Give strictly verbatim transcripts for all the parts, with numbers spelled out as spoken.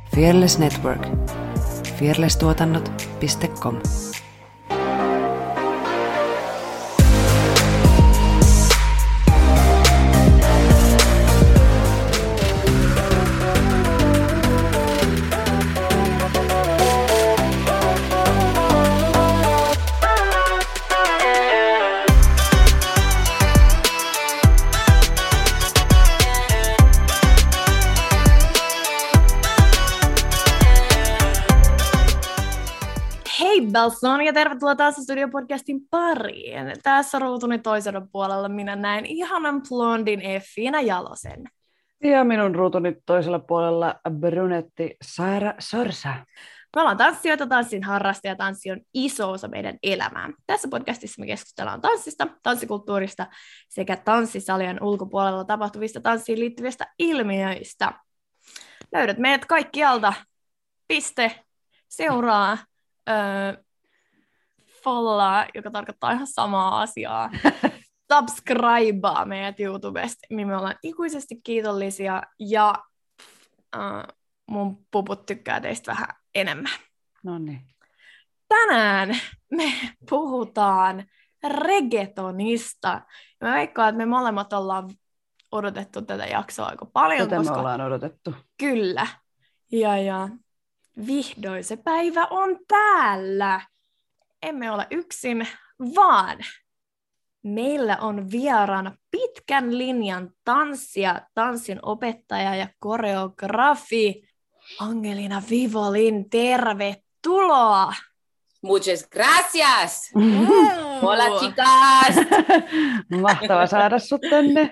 Fearless Network. fearless tuotannot piste com. Belson ja tervetuloa taas Studio-podcastin pariin. Tässä ruutuni toisella puolella minä näen ihanan blondin Effiina Jalosen. Ja minun ruutuni toisella puolella brunetti Saara Sorsa. Me ollaan tanssijoita, tanssin harrastajia, tanssi on iso osa meidän elämää. Tässä podcastissa me keskustellaan tanssista, tanssikulttuurista sekä tanssisalien ulkopuolella tapahtuvista tanssiin liittyvistä ilmiöistä. Löydät meidät kaikkialta. Piste, seuraa, öö, followaa, joka tarkoittaa ihan samaa asiaa. Subscribea meidät YouTubesta, mihin me ollaan ikuisesti kiitollisia, ja äh, mun puput tykkää teistä vähän enemmän. Noniin. Tänään me puhutaan reggaetonista. Ja mä veikkaan, että me molemmat ollaan odotettu tätä jaksoa aika paljon. Tätä koska... me ollaan odotettu. Kyllä. Ja, ja vihdoin se päivä on täällä. Emme ole yksin, vaan meillä on vieraana pitkän linjan tanssija, tanssin opettaja ja koreografi Angelina Vivolin. Tervetuloa! Muchas gracias! Mm. Hola chicas! Mahtava saada sut tänne.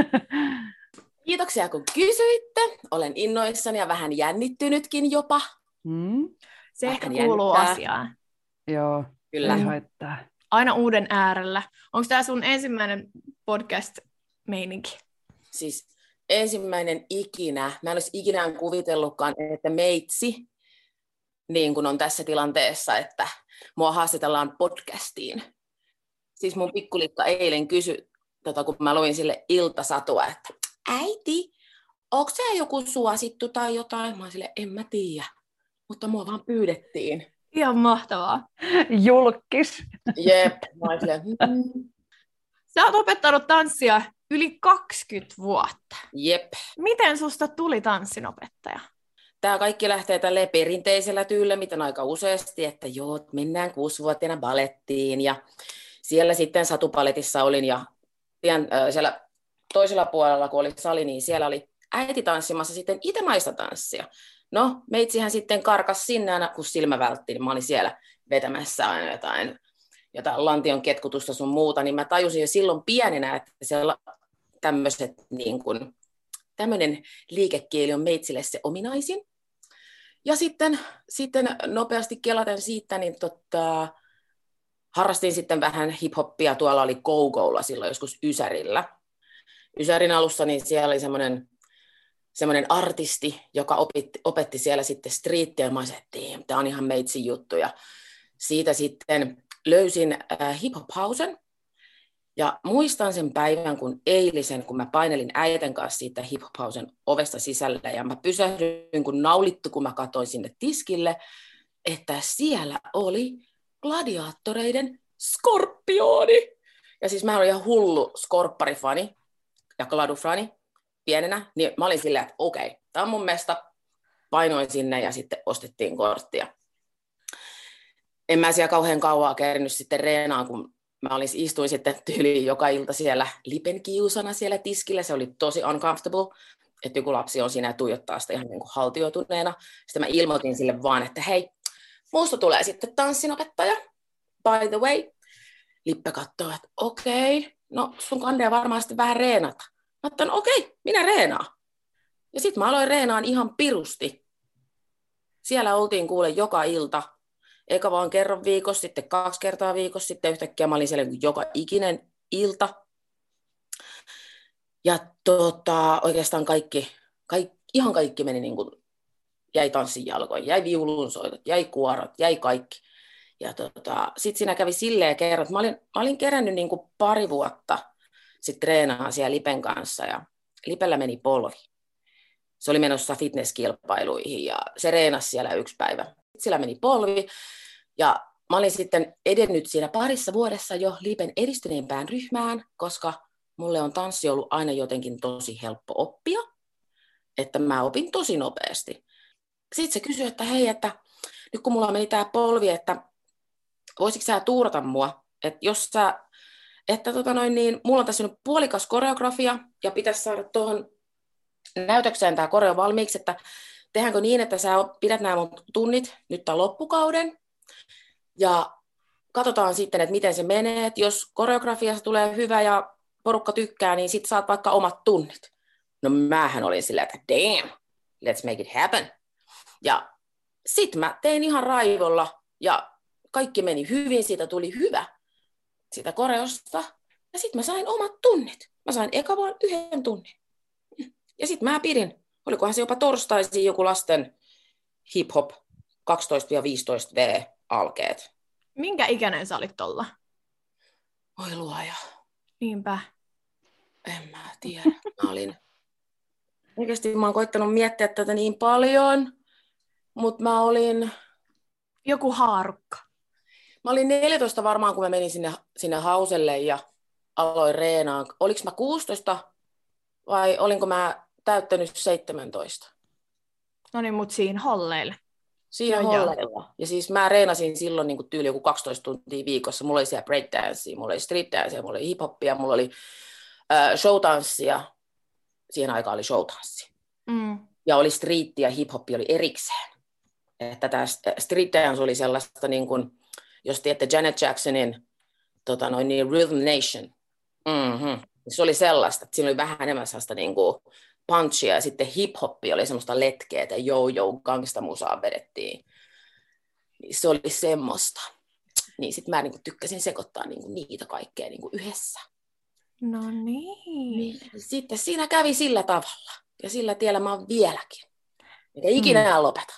Kiitoksia kun kysyitte. Olen innoissani ja vähän jännittynytkin jopa. Mm. Se ehkä kuuluu asiaan. Joo, kyllä. Ei haittaa. Aina uuden äärellä. Onko tämä sun ensimmäinen podcast-meininki? Siis ensimmäinen ikinä. Mä en olisi ikinä kuvitellutkaan, että meitsi niin kun on tässä tilanteessa, että mua haastatellaan podcastiin. Siis mun pikkulikka eilen kysyi, tota, kun mä luin sille iltasatua, että äiti, onko se joku suosittu tai jotain? Mä oon sille, en mä tiedä, mutta mua vaan pyydettiin. Ihan mahtavaa. Julkis. Jep. Mä oon sille, mm. Sä oot opettanut tanssia yli kaksikymmentä vuotta. Jep. Miten susta tuli tanssinopettaja? Tämä kaikki lähtee tälle perinteisellä tyylillä, miten aika useasti, että joo, mennään kuusivuotiaana balettiin. Ja siellä sitten Satupaletissa olin ja pian, äh, siellä toisella puolella, kun oli sali, niin siellä oli äiti tanssimassa sitten itemaista tanssia. No, meitsihän sitten karkas sinne aina, kun silmä vältti, niin mä olin siellä vetämässä aina jotain, jotain lantion ketkutusta sun muuta, niin mä tajusin jo silloin pienenä, että siellä tämmöiset, niin kuin, tämmöinen liikekieli on meitsille se ominaisin. Ja sitten, sitten nopeasti kelaten siitä, niin tota, harrastin sitten vähän hip-hoppia, tuolla oli Go-Golla silloin joskus Ysärillä. Ysärin alussa niin siellä oli semmoinen semmoinen artisti, joka opetti, opetti siellä sitten streettiä, ja mä olisin, että tämä on ihan meitsin juttu. Ja siitä sitten löysin äh, hip-hop-hausen, ja muistan sen päivän, kun eilisen, kun mä painelin äiten kanssa siitä hip-hop-hausen ovesta sisälle, ja mä pysähdyin kun naulittu, kun mä katsoin sinne tiskille, että siellä oli gladiaattoreiden Skorpioni. Ja siis mä olin ihan hullu skorpparifani ja gladufani pienenä, niin mä olin silleen, että okei, okay, tämä on mun mesta. Painoin sinne ja sitten ostettiin korttia. En mä siellä kauhean kauaa kerinyt sitten reenaan, kun mä olin, istuin sitten tyyliin joka ilta siellä lipenkiusana siellä tiskillä. Se oli tosi uncomfortable, että joku lapsi on siinä ja tuijottaa sitä ihan niin kuin haltioituneena. Sitten mä ilmoitin sille vaan, että hei, musta tulee sitten tanssinopettaja. By the way, Lippe katsoo, että okei, okay, no sun kandea varmaan sitten vähän reenata. Mä ajattelin, okei, okay, minä reenaan. Ja sitten mä aloin reenaan ihan pirusti. Siellä oltiin kuule joka ilta. Eikä vaan kerran viikossa, sitten kaksi kertaa viikossa, sitten yhtäkkiä mä olin siellä joka ikinen ilta. Ja tota, oikeastaan kaikki, kaikki, ihan kaikki meni niin kuin, jäi tanssin jalkoihin, jäi viulunsoitot, jäi kuorot, jäi kaikki. Ja tota, sitten siinä kävi silleen kerran, että mä olin, mä olin kerännyt niin kuin pari vuotta sitten treenaa siellä Lipen kanssa ja Lipellä meni polvi. se oli menossa fitnesskilpailuihin ja se reenasi siellä yksi päivä. Sillä meni polvi ja mä olin sitten edennyt siinä parissa vuodessa jo Lipen edistyneempään ryhmään, koska mulle on tanssi ollut aina jotenkin tosi helppo oppia, että mä opin tosi nopeasti. Sitten se kysyi, että hei, että nyt kun mulla meni tää polvi, että voisitko sä tuurata mua, että jos sä, että tota noin niin, mulla on tässä nyt puolikas koreografia ja pitäisi saada tuohon näytökseen tää koreo valmiiksi, että tehdäänkö niin, että sä pidät nämä mun tunnit nyt tämän loppukauden ja katsotaan sitten, että miten se menee, että jos koreografiassa tulee hyvä ja porukka tykkää, niin sit saat vaikka omat tunnit. No mähän olin silleen, että damn, let's make it happen. Ja sit mä tein ihan raivolla ja kaikki meni hyvin, siitä tuli hyvä siitä koreosta. Ja sit mä sain omat tunnit. Mä sain eka vaan yhden tunnin. Ja sit mä pidin, olikohan se jopa torstaisin joku lasten hip-hop kaksitoista viisitoista V-alkeet. Minkä ikäinen sä olit tolla? Oi luoja. Niinpä. En mä tiedä. Mä olin... Oikeasti mä oon koittanut miettiä tätä niin paljon, mutta mä olin... Joku haarukka. Mä olin neljätoista varmaan, kun mä menin sinne, sinne hauselle ja aloin reenaan. Oliko mä kuusitoista vai olinko mä täyttänyt seitsemäntoista? No niin, mut siinä holleille. Siinä Joo, holleilla. Ja siis mä reenasin silloin niin kuin tyyli joku kaksitoista tuntia viikossa. Mulla oli siellä breakdancea, mulla oli streetdancea, mulla oli hip-hoppia, mulla oli äh, showtanssia. Siihen aikaan oli showtanssi. Mm. Ja oli streetti ja hip-hoppi oli erikseen. Että tämä street dance oli sellaista, niin kuin, jos tiedätte Janet Jacksonin tota noin, niin Rhythm Nation. Mm-hmm. Se oli sellaista, että siinä oli vähän enemmän sellaista niin kuin punchia ja sitten hip-hoppi oli semmoista letkeä ja joo-joo gangstamusaa vedettiin. Se oli semmoista. Niin sitten mä niin kuin tykkäsin sekoittaa niin kuin niitä kaikkea niin kuin yhdessä. No niin. niin. Sitten siinä kävi sillä tavalla ja sillä tiellä mä oon vieläkin. Eikä ikinä enää lopeta.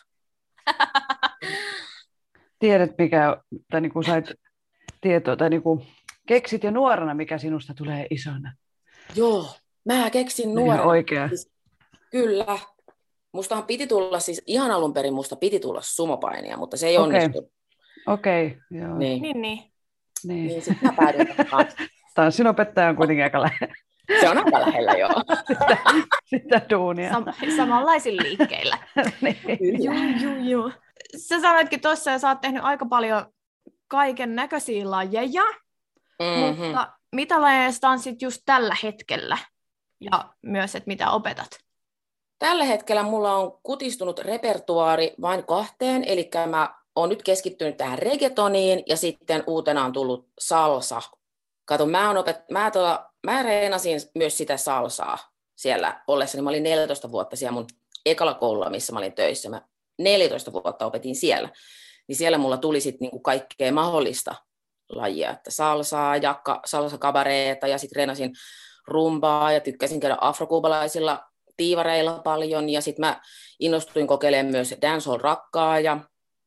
Tiedät, mikä, tai niin kuin sait tietoa, tai niin kuin keksit jo nuorena, mikä sinusta tulee isona. Joo, mä keksin nuorena. Ihan oikea. Siis, kyllä. Mustahan piti tulla, siis ihan alun perin musta piti tulla sumopainia, mutta se ei Okei. onnistunut. Okei, okay, joo. Niin, Niin, niin. Niin. niin sitten mä päädyin tähän. Tanssinopettaja on kuitenkin aika lähellä Se on aika lähellä, joo. sitä, sitä duunia. Sam- samanlaisilla liikkeillä. Niin. Juu, juu, juu. Sä sanoitkin tuossa, ja sä oot tehnyt aika paljon kaiken näköisiä lajeja, Mm-hmm. mutta mitä lajeja sä tanssit just tällä hetkellä? Ja myös, että mitä opetat? Tällä hetkellä mulla on kutistunut repertuaari vain kahteen, eli mä oon nyt keskittynyt tähän reggaetoniin, ja sitten uutena on tullut salsa. Kato, mä, on opet- mä, tuolla, mä reenasin myös sitä salsaa siellä ollessani. Mä olin neljätoista vuotta siellä mun ekalla koululla, missä mä olin töissä. Mä neljätoista vuotta opetin siellä. Niin siellä mulla tuli sitten niinku kaikkea mahdollista lajia, että salsaa ja ka- salsakabareeta ja sitten reenasin rumbaa ja tykkäsin käydä afrokuubalaisilla tiivareilla paljon. Ja sitten mä innostuin kokeilemaan myös dancehall-rakkaa ja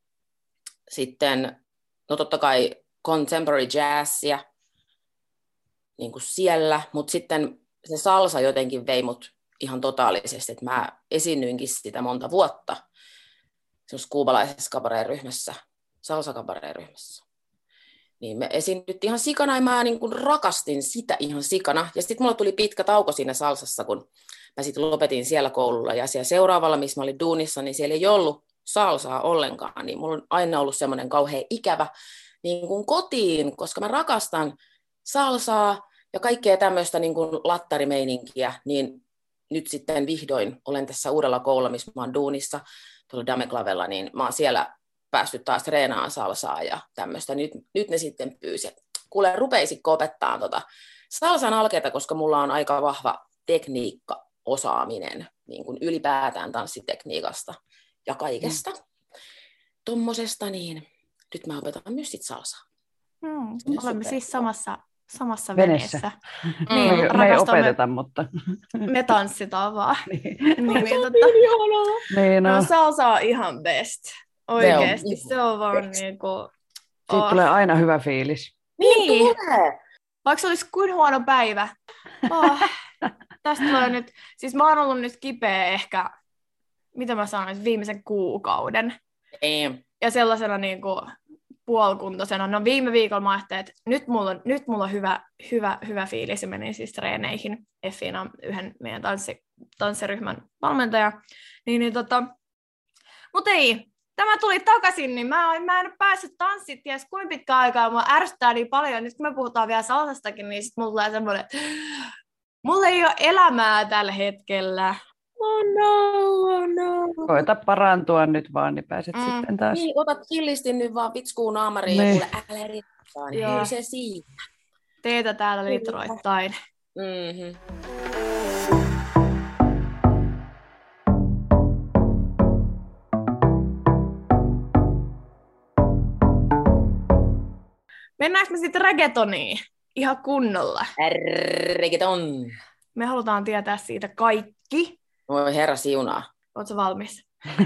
sitten, no totta kai contemporary jazzia niin kuin siellä, mutta sitten se salsa jotenkin vei mut ihan totaalisesti, että mä esiinnyinkin sitä monta vuotta semmoisessa kuubalaisessa kabareeryhmässä, salsakabareeryhmässä. Niin me esiinnyttiin ihan sikana ja mä niin kuin rakastin sitä ihan sikana. Ja sitten mulla tuli pitkä tauko siinä salsassa, kun mä sitten lopetin siellä koululla. Ja siellä seuraavalla, missä mä olin duunissa, niin siellä ei ollut salsaa ollenkaan. Niin mulla on aina ollut semmoinen kauhean ikävä niin kuin kotiin, koska mä rakastan salsaa ja kaikkea tämmöistä niin kuin lattarimeininkiä. Niin nyt sitten vihdoin olen tässä uudella koululla, missä mä oon duunissa, tuolla Dameklavella, niin mä oon siellä päässyt taas treenaamaan salsaa ja tämmöistä. Nyt, nyt ne sitten pyysi, että kuule, rupeisitko opettaa tota salsan alkeita, koska mulla on aika vahva tekniikka-osaaminen niin kuin ylipäätään tanssitekniikasta ja kaikesta. Mm. Tommosesta, niin nyt mä opetan myös sit salsaa. Hmm, olemme siis samassa, samassa Veneessä. veneessä. Mm. Niin, me, me ei opeteta, mutta... Me tanssitaan vaan. niin. niin, niin, tota, niin, no. no salsa on ihan best. Oikeesti, se on, se on vaan niinku... Siitä oh. tulee aina hyvä fiilis. Niin, vaikka se olisi kuin huono päivä. Oh. Tästä tulee nyt, siis mä oon ollut nyt kipeä ehkä mitä mä sanoisin, viimeisen kuukauden. Ei. Ja sellaisena niin kuin puolikuntoisena. No viime viikolla mä ajattelin, että nyt mulla on, nyt mulla on hyvä, hyvä, hyvä fiilis, ja menin siis treeneihin. Effiina on yhden meidän tanssi, tanssiryhmän valmentaja. Niin, niin tota, mutta ei, tämä tuli takaisin, niin mä, mä en ole päässyt tanssit ties kuinka pitkään aikaa, mua ärsyttää niin paljon. Nyt kun me puhutaan vielä salsastakin, niin sit mulla tulee semmoinen, että mulla ei ole elämää tällä hetkellä. Oh no, oh no. Koeta parantua nyt vaan, niin pääset mm. sitten taas. Niin, otat killisti nyt vaan vitskuun naamariin niin. ja kuule älä rittaa, niin kyllä se siitä. Teetä täällä litroittain. Mm-hmm. Mennäänkö me sitten reggaetoniin ihan kunnolla? Reggaeton. Me halutaan tietää siitä kaikki. Voi herra siunaa. Ootko valmis?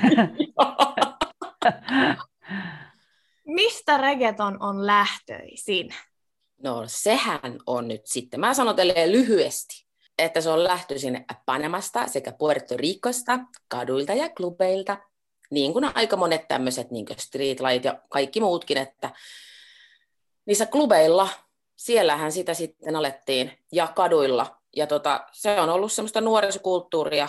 Mistä reggaeton on lähtöisin? No sehän on nyt sitten, mä sanon teille lyhyesti, että se on lähtöisin Panamasta sekä Puerto Ricosta, kaduilta ja klubeilta, niin kuin aika monet tämmöiset niin kuin streetlight ja kaikki muutkin, että niissä klubeilla, siellähän sitä sitten alettiin, ja kaduilla, ja tota, se on ollut semmoista nuorisokulttuuria,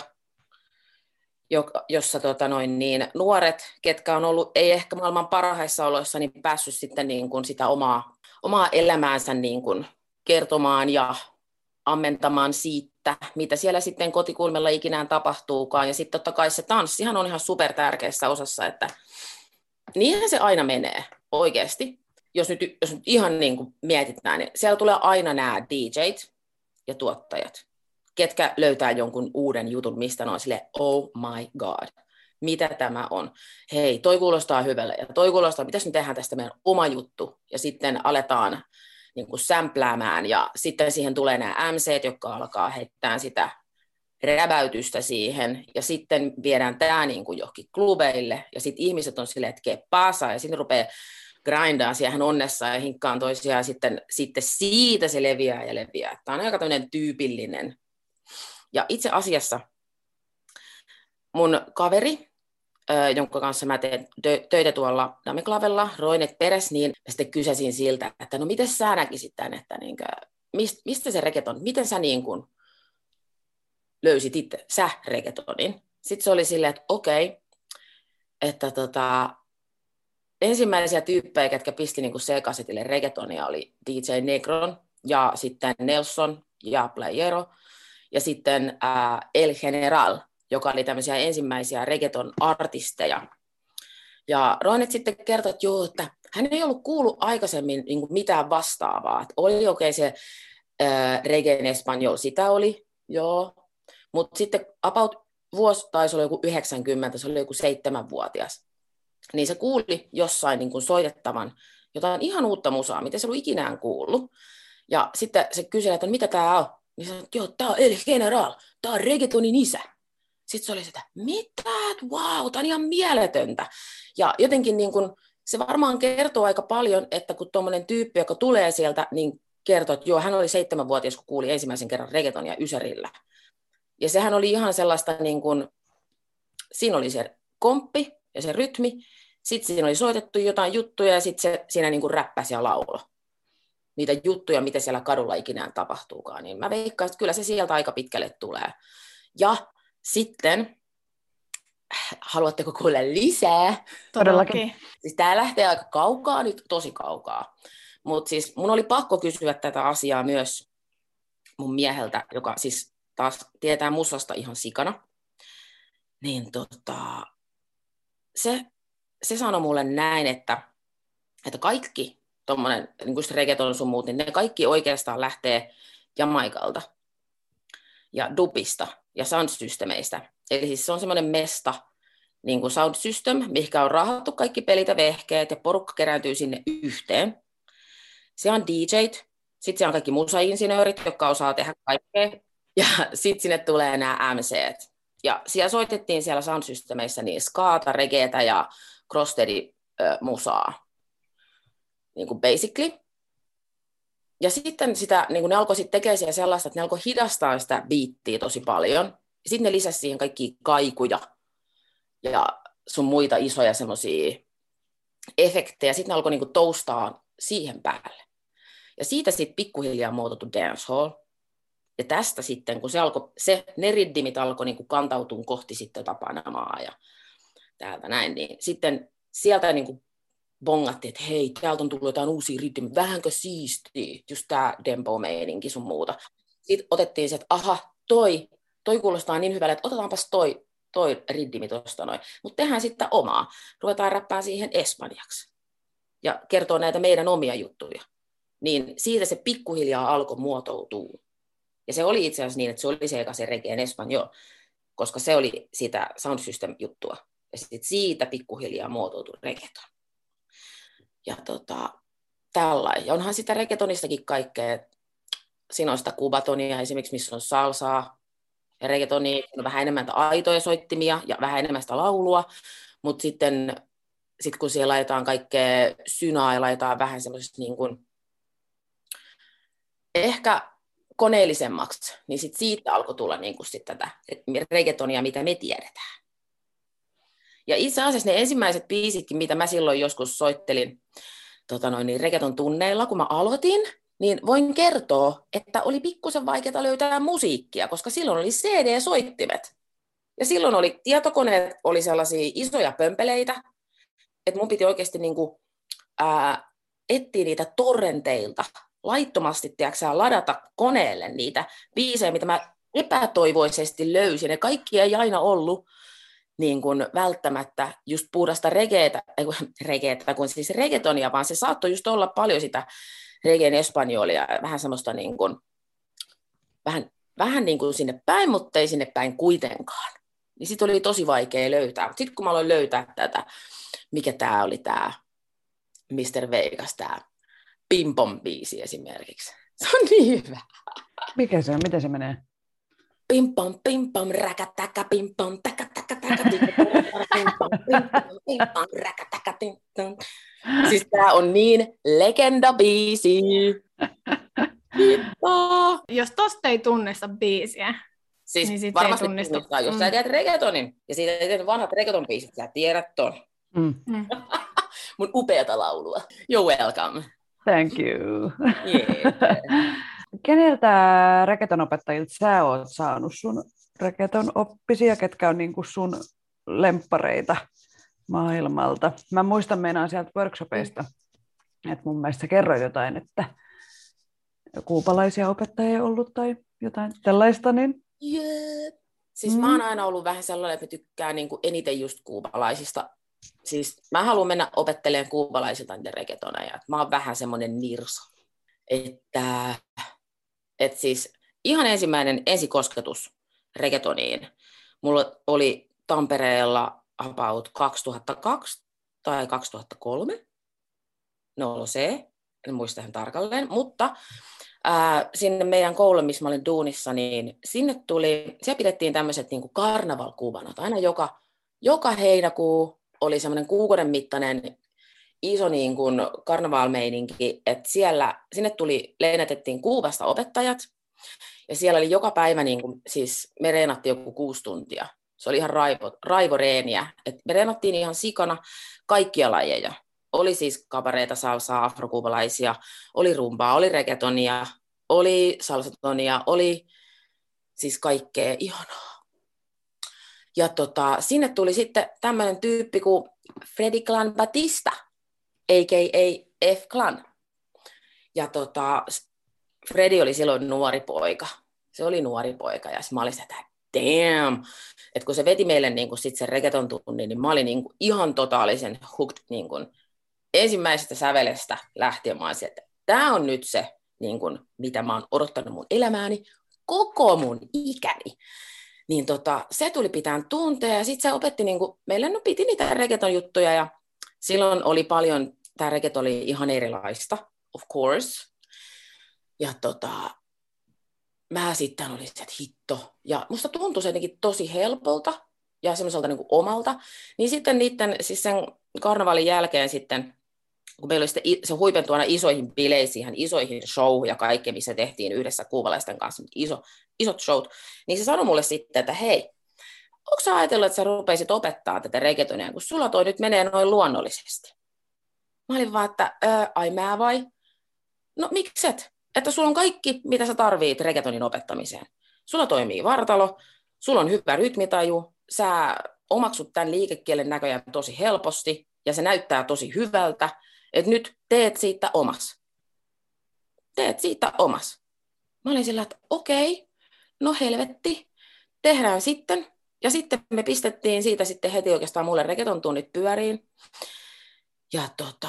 jossa tota noin, niin, nuoret, ketkä on ollut, ei ehkä maailman parhaissa oloissa, niin päässyt sitten niin kuin sitä omaa, omaa elämäänsä niin kuin kertomaan ja ammentamaan siitä, mitä siellä sitten kotikulmilla ikinään tapahtuukaan. Ja sitten totta kai se tanssihan on ihan super tärkeässä osassa, että niinhän se aina menee oikeasti. Jos nyt, jos nyt ihan niin kuin mietitään, niin siellä tulee aina nämä D J:t ja tuottajat, ketkä löytää jonkun uuden jutun, mistä ne on silleen, oh my god, mitä tämä on? Hei, toi kuulostaa hyvälle, ja toi kuulostaa, mitäs me tehdään tästä meidän oma juttu, ja sitten aletaan niin kuin sämpläämään, ja sitten siihen tulee nämä M C:t, jotka alkaa heittää sitä räbäytystä siihen, ja sitten viedään tämä niin kuin johonkin klubeille, ja sitten ihmiset on silleen, että ke pasa, ja sitten rupeaa grindaan siihen onnessa ja hinkkaan toisiaan, ja sitten, sitten siitä se leviää ja leviää. Tämä on aika tämmöinen tyypillinen. Ja itse asiassa mun kaveri, jonka kanssa mä teen töitä tuolla Dameklavella, Roinet Peres, niin mä sitten kysäsin siltä, että no miten sä näkisit tämän, että niinkö, mistä se reggaeton, miten sä niin kuin löysit itse, sä reggaetonin? Sitten se oli silleen, että okei, että tota, ensimmäisiä tyyppejä, ketkä pisti niin kuin C-kasetille reggaetonia, oli D J Negron ja sitten Nelson ja Playero ja sitten äh, El General, joka oli tämmöisiä ensimmäisiä reggaeton-artisteja. Ja Roinet sitten kertoi, että joo, että hän ei ollut kuullut aikaisemmin niin kuin mitään vastaavaa. Että oli okei okay, se äh, reggae en espanjol, sitä oli, joo. Mutta sitten about vuosi taisi olla joku yhdeksänkymmentä, se oli joku seitsemänvuotias. Niin se kuuli jossain niin kuin soitettavan jotain ihan uutta musaa, mitä se ei ollut ikinään kuullut. Ja sitten se kysyi, että mitä tämä on? Niin sanoi, että joo, tämä on El General, tämä on reggaetonin isä. Sitten se oli sitä, mitä? Vau, tämä on ihan mieletöntä. Ja jotenkin niin kuin, se varmaan kertoo aika paljon, että kun tuommoinen tyyppi, joka tulee sieltä, niin kertoo, että joo, hän oli seitsemänvuotias, kun kuuli ensimmäisen kerran reggaetonia Ysärillä. Ja sehän oli ihan sellaista, niin kuin, siinä oli se komppi ja se rytmi, sitten siinä oli soitettu jotain juttuja ja sitten se siinä niin kuin räppäsi ja laulo. Niitä juttuja, mitä siellä kadulla ikinään tapahtuukaan, niin mä veikkaan, että kyllä se sieltä aika pitkälle tulee. Ja sitten, haluatteko kuulla lisää? Todellakin. Siis tää lähtee aika kaukaa nyt, tosi kaukaa. Mutta siis mun oli pakko kysyä tätä asiaa myös mun mieheltä, joka siis taas tietää musasta ihan sikana. Niin tota, se, se sanoi mulle näin, että, että kaikki tuommoinen niin kuin reggaeton sun muut, niin ne kaikki oikeastaan lähtee Jamaikalta ja dubista ja soundsystemeistä. Eli siis se on semmoinen mesta, niin kuin sound system, mihinkä on rahattu kaikki pelit ja vehkeet ja porukka kerääntyy sinne yhteen. Se on D J:t, sitten siellä on kaikki musainsinöörit, jotka osaa tehdä kaikkea, ja sitten sinne tulee nämä M C:t. Ja siellä soitettiin siellä soundsystemeissa niin skaata, regeetä ja crosssteady-musaa. Niin kuin basically. Ja sitten sitä, niin kuin ne alkoi sitten tekemään sellaista, että ne alkoi hidastaa sitä biittiä tosi paljon. Ja sitten ne lisäsi siihen kaikkia kaikuja ja sun muita isoja semmoisia efektejä. Sitten ne alkoi niinku toustaa siihen päälle. Ja siitä sitten pikkuhiljaa muotoutui dancehall. Ja tästä sitten, kun se, alkoi, se ne riddimit alkoi niinku kantautua kohti sitten Panamaa ja täältä näin, niin sitten sieltä niinku bongattiin, että hei, täältä on tullut jotain uusia riddimit, vähänkö siistiä, just tää dempo-meininki sun muuta. Sitten otettiin se, että aha, toi, toi kuulostaa niin hyvälle, että otetaanpas toi, toi riddimi tuosta noin. Mutta tehdään sitten omaa. Ruvetaan räppää siihen espanjaksi ja kertoo näitä meidän omia juttuja. Niin siitä se pikkuhiljaa alkoi muotoutua. Ja se oli itse asiassa niin, että se oli se eka se reggae espanjol, koska se oli sitä sound system-juttua. Ja sitten siitä pikkuhiljaa muotoutui reggaeton. Ja tota, tällainen. Ja onhan sitä reggaetonistakin kaikkea. Siinä on sitä kubatonia esimerkiksi, missä on salsaa ja reggaetonia. Siinä on vähän enemmän aitoja soittimia ja vähän enemmän sitä laulua. Mutta sitten sit kun siellä laitetaan kaikkea synaa ja laitetaan vähän semmoisesta niin kuin ehkä koneellisemmaksi, niin sit siitä alkoi tulla niin kuin sit tätä reggaetonia, mitä me tiedetään. Ja itse asiassa ne ensimmäiset biisitkin, mitä mä silloin joskus soittelin tota noin, niin reggaeton tunneilla, kun mä aloitin, niin voin kertoa, että oli pikkusen vaikeaa löytää musiikkia, koska silloin oli C D-soittimet. Ja silloin oli tietokoneet, oli sellaisia isoja pömpeleitä, että mun piti oikeasti niin kuin, ää, etsiä niitä torrenteilta, laittomasti tiiäksä, ladata koneelle niitä biisejä, mitä mä epätoivoisesti löysin. Ja kaikki ei aina ollut niin kuin välttämättä just puhdasta regeetä, ei kun, regeetä, kun siis reggaetonia, vaan se saattoi just olla paljon sitä reggaen espanjolia, vähän semmoista niin kuin, vähän, vähän niin kuin sinne päin, mutta ei sinne päin kuitenkaan. Niin sit oli tosi vaikea löytää. Mutta sitten kun mä aloin löytää tätä, mikä tää oli tää mister Vegas, tää Pimpom-biisi esimerkiksi. Se on niin hyvä. Mikä se on? Miten se menee? Pimpom, pimpom, räkätäkä, pimpom, täkä, täkä, täkä, pimpom, pimpom, pimpom, räkätäkä, pimpom. Siis tää on niin legenda-biisi. Jos tosta ei tunnista biisiä, Siis niin sit varmasti ei tunnistu. tunnistaa, jos Mm. sä tiedät reggaetonin, ja siitä ei tiedät vanhat reggaeton-biisit, sä tiedät ton. Mm. Mm. Mun upeata laulua. You're welcome. Thank you. Yeah. Keneltä reggaetonopettajilta sä oot saanut sun reggaetonoppisia, ketkä on niinku sun lemppareita maailmalta? Mä muistan meinaan sieltä workshopeista, että mun mielestä sä kerroit jotain, että kuupalaisia opettajia ollut tai jotain tällaista, niin Yeah. Siis Mm. mä oon aina ollut vähän sellainen, että mä tykkään niin kuin eniten just kuubalaisista. Siis mä haluan mennä opettelemaan kuubalaisilta niitä reggaetoneja. Mä oon vähän semmoinen nirso. Että, että siis ihan ensimmäinen ensikosketus reggaetoniin mulla oli Tampereella about kaksituhattakaksi tai kaksituhattakolme. No se, en muista ihan tarkalleen, mutta ää, sinne meidän koululle, missä mä olin duunissa, niin sinne tuli, siellä pidettiin tämmöiset niin kuin karnavalkuvanot. Aina joka, joka heinäkuu oli semmoinen kuukauden mittainen iso niin kuin karnavalmeininki, että siellä, sinne tuli, lennätettiin Kuubasta opettajat, ja siellä oli joka päivä, niin kuin, siis me reenattiin joku kuusi tuntia. Se oli ihan raivo, raivoreeniä. Et me reenattiin ihan sikana kaikkia lajeja. Oli siis kabareita, salsaa, afrokuubalaisia, oli rumbaa, oli reggaetonia, oli salsatonia, oli siis kaikkea ihanaa. Ja tota, sinne tuli sitten tämmöinen tyyppi kuin Freddy Clan Batista, a k a. F Clan. Ja tota, Freddy oli silloin nuori poika. Se oli nuori poika ja mä olin sitä, että damn. Että kun se veti meille niin kun sit sen reggaeton tunnin, niin mä olin niin kun ihan totaalisen hooked niin kun ensimmäisestä sävelestä lähtien. Mä olisin, että tämä on nyt se, niin kun, mitä mä oon odottanut mun elämääni koko mun ikäni. Niin tota, se tuli pitään tunteja ja sitten se opetti, niin kun, meille no piti niitä reggaeton juttuja ja silloin oli paljon, tämä reggaeton oli ihan erilaista, of course. Ja tota, mä sitten olin se, että hitto. Ja musta tuntui se jotenkin tosi helpolta ja semmoiselta niin kuin omalta. Niin sitten niiden, siis sen karnevaalin jälkeen sitten, kun meillä oli sitten, se huipentui aina isoihin bileisiin, isoihin show ja kaikkea, missä tehtiin yhdessä kuubalaisten kanssa iso, isot showt, niin se sanoi mulle sitten, että hei, onko sä ajatellut, että sä rupeisit opettaa tätä reggaetonia, kun sulla toi nyt menee noin luonnollisesti? Mä olin vaan, että ai mä vai? No mikset? Että sulla on kaikki, mitä sä tarvit reggaetonin opettamiseen. Sulla toimii vartalo, sulla on hyvä rytmitaju, sä omaksut tämän liikekielen näköjään tosi helposti, ja se näyttää tosi hyvältä, että nyt teet siitä omas. Teet siitä omas. Mä olin sillä, että okei, no helvetti, tehdään sitten. Ja sitten me pistettiin siitä sitten heti oikeastaan mulle reggaeton tunnit pyöriin. Ja tota,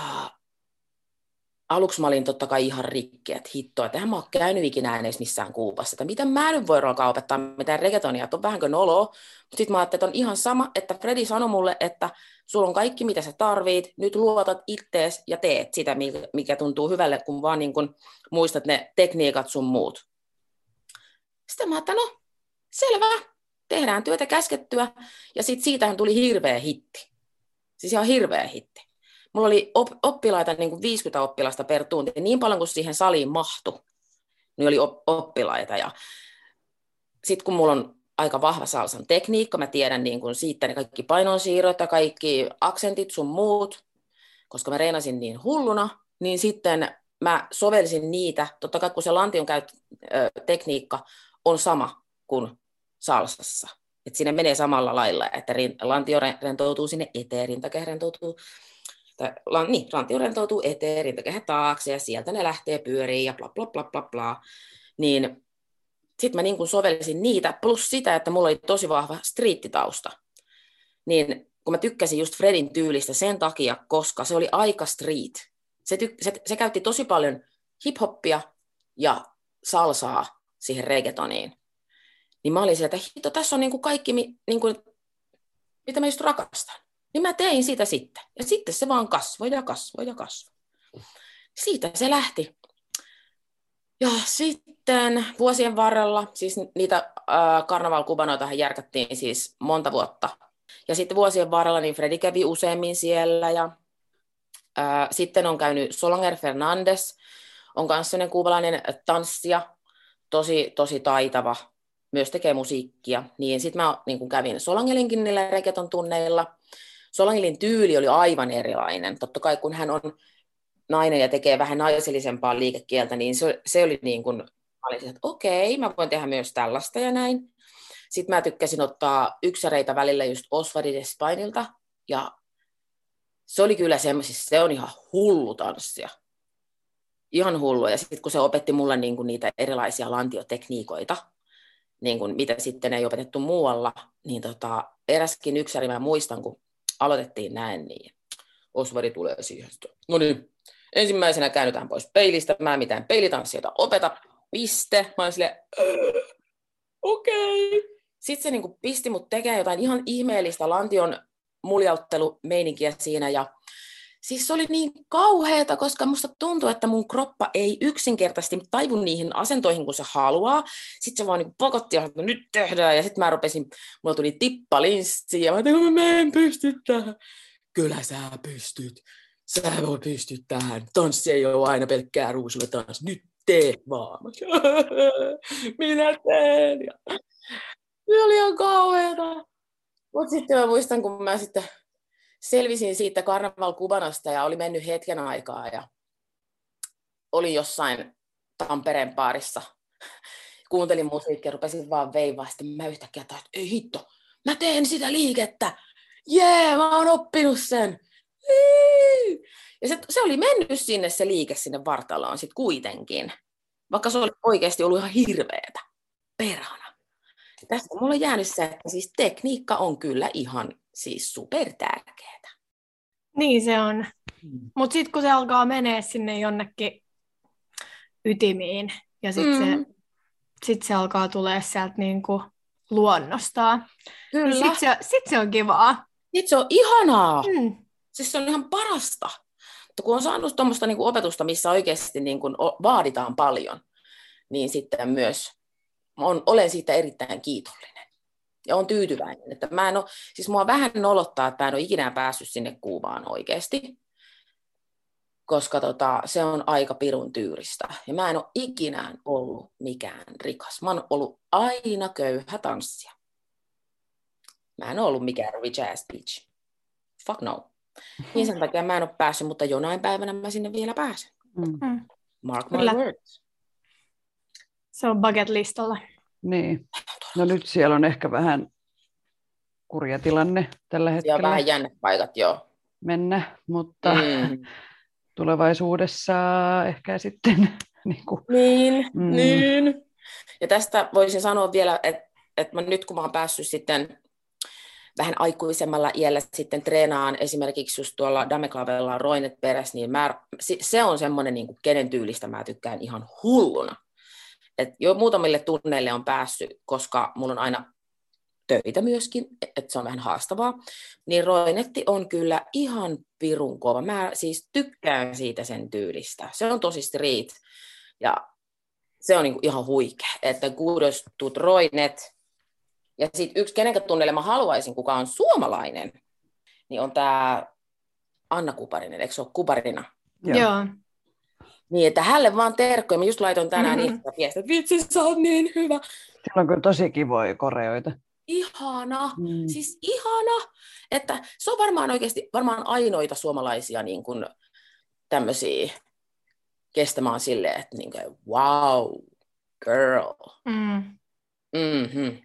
aluksi mä olin totta kai ihan rikki, että hittoa, että eihän mä oon käynyt ikinä edes missään Kuubassa, että mitä mä nyt voin alkaa opettaa mitään reggaetonia, että on vähänkö noloa. Mutta sitten mä ajattelin, että on ihan sama, että Fredi sanoi mulle, että sulla on kaikki mitä sä tarvit, nyt luotat ittees ja teet sitä, mikä tuntuu hyvälle, kun vaan niin kun muistat ne tekniikat sun muut. Sitten mä ajattelin, no selvä, tehdään työtä käskettyä, ja sitten siitähän tuli hirveä hitti. Siis ihan hirveä hitti. Mulla oli op- oppilaita niin kuin viisikymmentä oppilasta per tunti, niin paljon kuin siihen saliin mahtui, niin oli op- oppilaita. Ja sitten kun mulla on aika vahva salsan tekniikka, mä tiedän niin kuin siitä ne kaikki painonsiirrot ja kaikki aksentit sun muut, koska mä reenasin niin hulluna, niin sitten mä sovelsin niitä, totta kai kun se lantion käyt- tekniikka on sama kuin salsassa. Että sinne menee samalla lailla, että lantio rentoutuu sinne eteen, rintakehä rentoutuu, tai, niin, lantio rentoutuu eteen, rintakehä taakse, ja sieltä ne lähtee pyöriin, ja bla bla bla bla bla. Niin sitten mä niin kuin sovelsin niitä, plus sitä, että mulla oli tosi vahva striittitausta. Niin kun mä tykkäsin just Fredin tyylistä sen takia, koska se oli aika street. Se, tyk- se, se käytti tosi paljon hip-hoppia ja salsaa siihen reggaetoniin. Niin mä olin sieltä, että hitto, tässä on niin kuin kaikki, niin kuin, mitä mä just rakastan. Niin mä tein sitä sitten. Ja sitten se vaan kasvoi ja kasvoi ja kasvoi. Siitä se lähti. Ja sitten vuosien varrella, siis niitä äh, karnaval-kubanoitahan järkättiin siis monta vuotta. Ja sitten vuosien varrella niin Fredi kävi useammin siellä. Ja äh, sitten on käynyt Solanger Fernandes, on myös sellainen kuubalainen tanssija, tosi, tosi taitava. Myös tekee musiikkia, niin sitten mä niin kun kävin Solangelinkin niillä reggaeton tunneilla. Solangelin tyyli oli aivan erilainen. Totta kai kun hän on nainen ja tekee vähän naisellisempaa liikekieltä, niin se, se oli niin kuin, mä olin, että okei, mä voin tehdä myös tällaista ja näin. Sitten mä tykkäsin ottaa yksäreitä välillä just Oswald Despainilta, ja se oli kyllä semmoisissa, se on ihan hullu tanssia. Ihan hullu, ja sitten kun se opetti mulle niin kuin niitä erilaisia lantiotekniikoita, niin kuin mitä sitten ei opetettu muualla, niin tota, eräskin yksäri mä muistan, kun aloitettiin näin, niin Osvari tulee siihen. No niin, ensimmäisenä käännytään pois peilistä, mä en mitään peilitanssiota opeta, piste. Mä olin silleen, okei. Okay. Sitten se niin kuin pisti mut tekemään jotain ihan ihmeellistä lantion muljauttelumeininkiä siinä, ja siis se oli niin kauheata, koska musta tuntuu, että mun kroppa ei yksinkertaisesti taivu niihin asentoihin, kun se haluaa. Sitten se vaan niin pakotti, että nyt tehdään. Ja sitten mä rupesin, mulla tuli tippalinssi, ja mä ajattelin, mä en pysty tähän. Kyllä sä pystyt. Sä voi pystyt tähän. Tanssi ei ole aina pelkkää ruusulla tanssi. Nyt tee vaan. Minä teen. Ja se oli ihan kauheata. Mutta sitten mä muistan, kun mä sitten selvisin siitä Karnaval Kubanasta ja oli mennyt hetken aikaa ja olin jossain Tampereen baarissa. Kuuntelin musiikkia, rupesin vaan veivaa. Sitten mä yhtäkkiä tajusin, että ei hitto, mä teen sitä liikettä. Jee, yeah, mä oon oppinut sen. Ja se, se oli mennyt sinne se liike sinne vartaloon sitten kuitenkin. Vaikka se oli oikeasti ollut ihan hirveetä. Perhana. Tästä mulla on jäänyt se, että siis tekniikka on kyllä ihan siis supertärkeetä. Niin se on. Hmm. Mutta sitten kun se alkaa menee sinne jonnekin ytimiin ja sitten mm. se, sit se alkaa tulee sieltä niinku luonnostaan, niin sitten se, sit se on kivaa. Sitten se on ihanaa. Hmm. Siis se on ihan parasta. Mutta kun on saanut tuommoista niinku opetusta, missä oikeasti niinku vaaditaan paljon, niin sitten myös on, olen siitä erittäin kiitollinen. Ja on tyytyväinen, että mä en ole, siis mua vähän nolottaa, että mä en ole ikinä päässyt sinne Kuubaan oikeasti, koska tota, se on aika pirun tyyristä. Ja mä en ole ikinä ollut mikään rikas. Mä oon ollut aina köyhä tanssija. Mä en ole ollut mikään rich ass bitch. Fuck no. Niin sen takia mä en ole päässyt, mutta jonain päivänä mä sinne vielä pääsen. Mm. Mark my Kyllä. words. Se on bucket listalla. Niin. No nyt siellä on ehkä vähän kurja tilanne tällä Siellä hetkellä on vähän jännät paikat, joo. mennä, mutta Mm. tulevaisuudessa ehkä sitten niin kuin, Niin, Mm. niin. Ja tästä voisin sanoa vielä, että, että mä nyt kun mä oon päässyt sitten vähän aikuisemmalla iällä sitten treenaan esimerkiksi just tuolla Dameklavella Roinet perässä, niin mä, se on semmoinen, niin kuin kenen tyylistä mä tykkään ihan hulluna. Et jo muutamille tunneille on päässyt, koska mulla on aina töitä myöskin, että se on vähän haastavaa, niin Roinetti on kyllä ihan pirun kova. Mä siis tykkään siitä sen tyylistä. Se on tosi street ja se on niinku ihan huikea, että kuudes tuut Roinet. Ja sitten yksi, kenenkä tunnelle mä haluaisin, kuka on suomalainen, niin on tää Anna Kuparinen, eikö se ole Kuparina? joo. Joo. Niin, että hälle vaan terkkoja. Mä just laitoin tänään mm-hmm. niistä viestiä, että vitsi, sä oot niin hyvä. Siellä on kyllä tosi kivoja koreoita. Ihana, Mm. siis ihana, että se on varmaan oikeasti varmaan ainoita suomalaisia niin kuin tämmöisiä kestämään silleen, että niin kuin, wow, girl. Mm. Mm-hmm.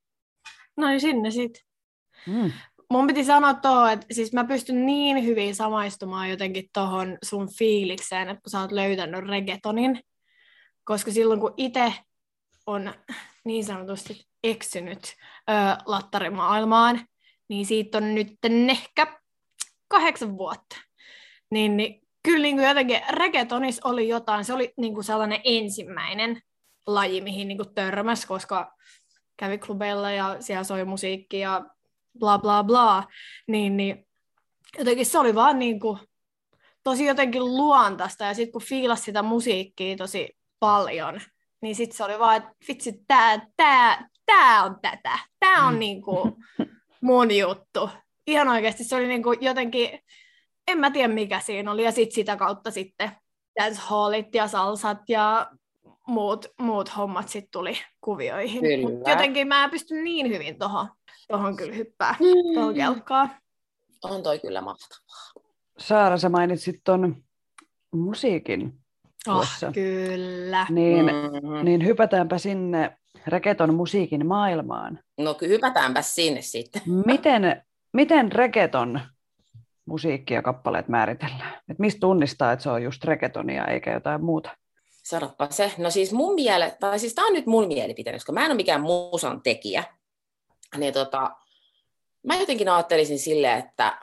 No niin sinne sit. Mm. Mun piti sanoa tuohon, että siis mä pystyn niin hyvin samaistumaan jotenkin tohon sun fiilikseen, että kun sä oot löytänyt reggaetonin, koska silloin kun itse on niin sanotusti eksynyt ö, lattarimaailmaan, niin siitä on nyt ehkä kahdeksan vuotta. Niin, niin kyllä niin kuin jotenkin reggaetonis oli jotain, se oli niin kuin sellainen ensimmäinen laji, mihin niin kuin törmäsi, koska kävi klubeilla ja siellä soi musiikki ja bla bla bla, niin, niin jotenkin se oli vaan niin kuin tosi jotenkin luontaista, ja sitten kun fiilasi sitä musiikkia tosi paljon, niin sitten se oli vaan, että vitsi, tää, tää, tää on tätä, tää on niin kuin mun juttu. Ihan oikeasti se oli niin kuin jotenkin, en mä tiedä mikä siinä oli, ja sitten sitä kautta sitten dancehallit ja salsat ja muut, muut hommat sitten tuli kuvioihin. Mut jotenkin mä pystyn niin hyvin tohon, tohon kyllä hyppää, mm. tohon kelkkaan. On toi kyllä mahtavaa. Saara, sä mainitsit ton musiikin Oh, tuossa. kyllä. Niin, Mm-hmm. niin hypätäänpä sinne reggaeton musiikin maailmaan. No kyllä hypätäänpä sinne sitten. Miten, miten reggaeton musiikki ja kappaleet määritellään? Et mistä tunnistaa, että se on just reggaetonia eikä jotain muuta? Sanoppa se. No siis mun miele, tai siis tää on nyt mun mielipiteeni, koska mä en ole mikään musan tekijä. Niin tota, mä jotenkin ajattelisin silleen, että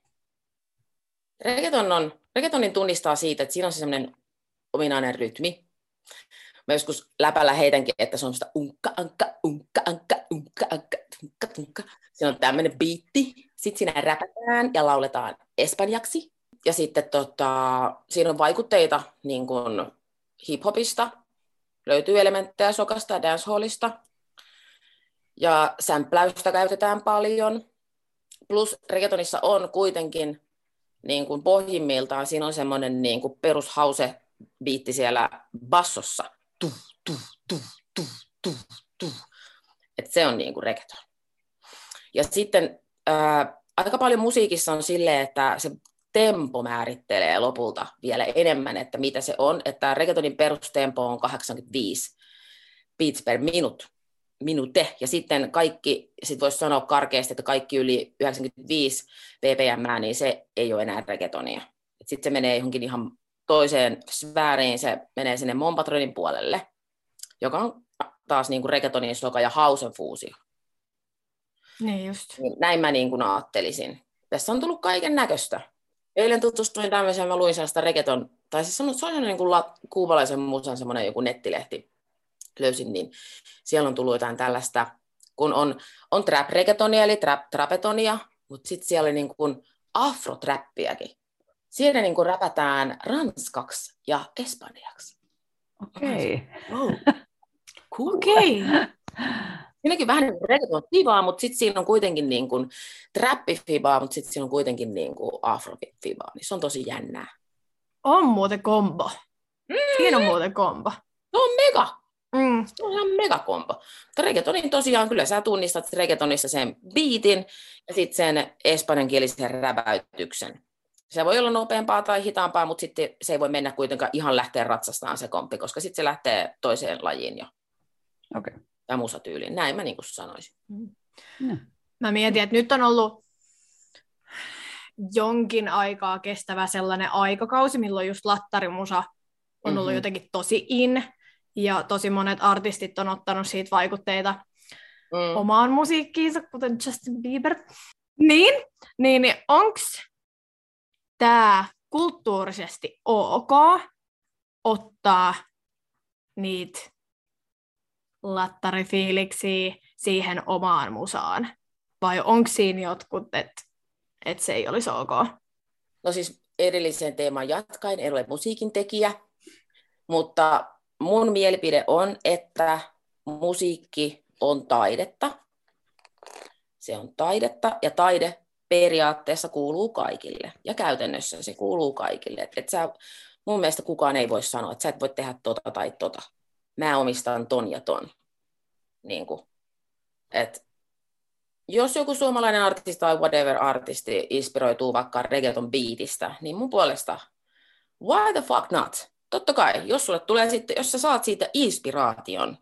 reggaeton on, reggaetonin tunnistaa siitä, että siinä on se semmoinen ominainen rytmi. Mä joskus läpällä heitänkin, että se on sitä unkka, ankka, unkka, ankka, unkka, ankka, unkka, unkka. Siinä on tämmöinen biitti. Sitten siinä räpätään ja lauletaan espanjaksi. Ja sitten tota, siinä on vaikutteita niin kuin hip-hopista. Löytyy elementtejä sokasta ja dancehallista. Ja sämpläystä käytetään paljon. Plus reggaetonissa on kuitenkin niin kuin pohjimmiltaan, siinä on semmoinen niin kuin perushause-biitti siellä bassossa. Tuh, tuh, tuh, tuh, tuh, tuh. Et se on niin kuin reggaeton. Ja sitten ää, aika paljon musiikissa on silleen, että se tempo määrittelee lopulta vielä enemmän, että mitä se on. Että reggaetonin perustempo on kahdeksankymmentäviisi beats per minute. minute, ja sitten kaikki, sit voisi sanoa karkeasti, että kaikki yli yhdeksänkymmentäviisi ppm, niin se ei ole enää reggaetonia. Sitten se menee johonkin ihan toiseen sfääriin, se menee sinne Mon Patronin puolelle, joka on taas niin kuin reggaetonin soka ja hausen fuusio. Niin just. Näin mä niin kuin ajattelisin. Tässä on tullut kaiken näköistä. Eilen tutustuin tämmöiseen, mä luin sellaista reggaeton, tai siis se on sellainen niin kuin la, kuubalaisen musan semmoinen joku nettilehti, löysin, niin siellä on tullut jotain tällaista, kun on, on trap-reggaetonia, eli trap, trapetonia, mutta sitten siellä on niin kuin afro-trappiakin. Siellä niin kuin räpätään ranskaksi ja espanjaksi. Okei. Okay. Wow. Cool. Okei. Okay. Siinäkin vähän niin kuin reggaeton-fibaa, mutta sitten siinä on kuitenkin niin kuin trappi-fibaa, mutta sitten siinä on kuitenkin niin kuin afro-fibaa, niin se on tosi jännää. On muuten kombo. Mm. Siinä on muuten kombo. Se on mega! Mm. Se on ihan megakompo. Mutta reggaetonin tosiaan, kyllä sä tunnistat reggaetonissa sen beatin ja sitten sen espanjankielisen räväytyksen. Se voi olla nopeampaa tai hitaampaa, mutta sitten se ei voi mennä kuitenkaan ihan lähteä ratsastaan se komppi, koska sitten se lähtee toiseen lajiin jo. Okei. Okay. Ja musatyyliin. Näin mä niin kuin sanoisin. Mm. Mä mietin, että nyt on ollut jonkin aikaa kestävä sellainen aikakausi, milloin just lattarimusa on ollut mm-hmm. jotenkin tosi in, ja tosi monet artistit on ottanut siitä vaikutteita mm. omaan musiikkiinsa, kuten Justin Bieber. Niin, niin, niin onks tää kulttuurisesti ok ottaa niitä lattarifiiliksiä siihen omaan musaan? Vai onko siinä jotkut, että et se ei olisi ok? No siis edelliseen teemaan jatkaen, en ole musiikin tekijä, mutta mun mielipide on, että musiikki on taidetta. Se on taidetta ja taide periaatteessa kuuluu kaikille ja käytännössä se kuuluu kaikille. Et, et sä, mun mielestä kukaan ei voi sanoa, että sä et voi tehdä tota tai tota. Mä omistan ton ja ton. Niin kuin, et, jos joku suomalainen artisti tai whatever artisti inspiroituu vaikka reggaeton beatistä, niin mun puolesta why the fuck not? Totta kai, jos sulle tulee sitten, jos sä saat siitä inspiraation,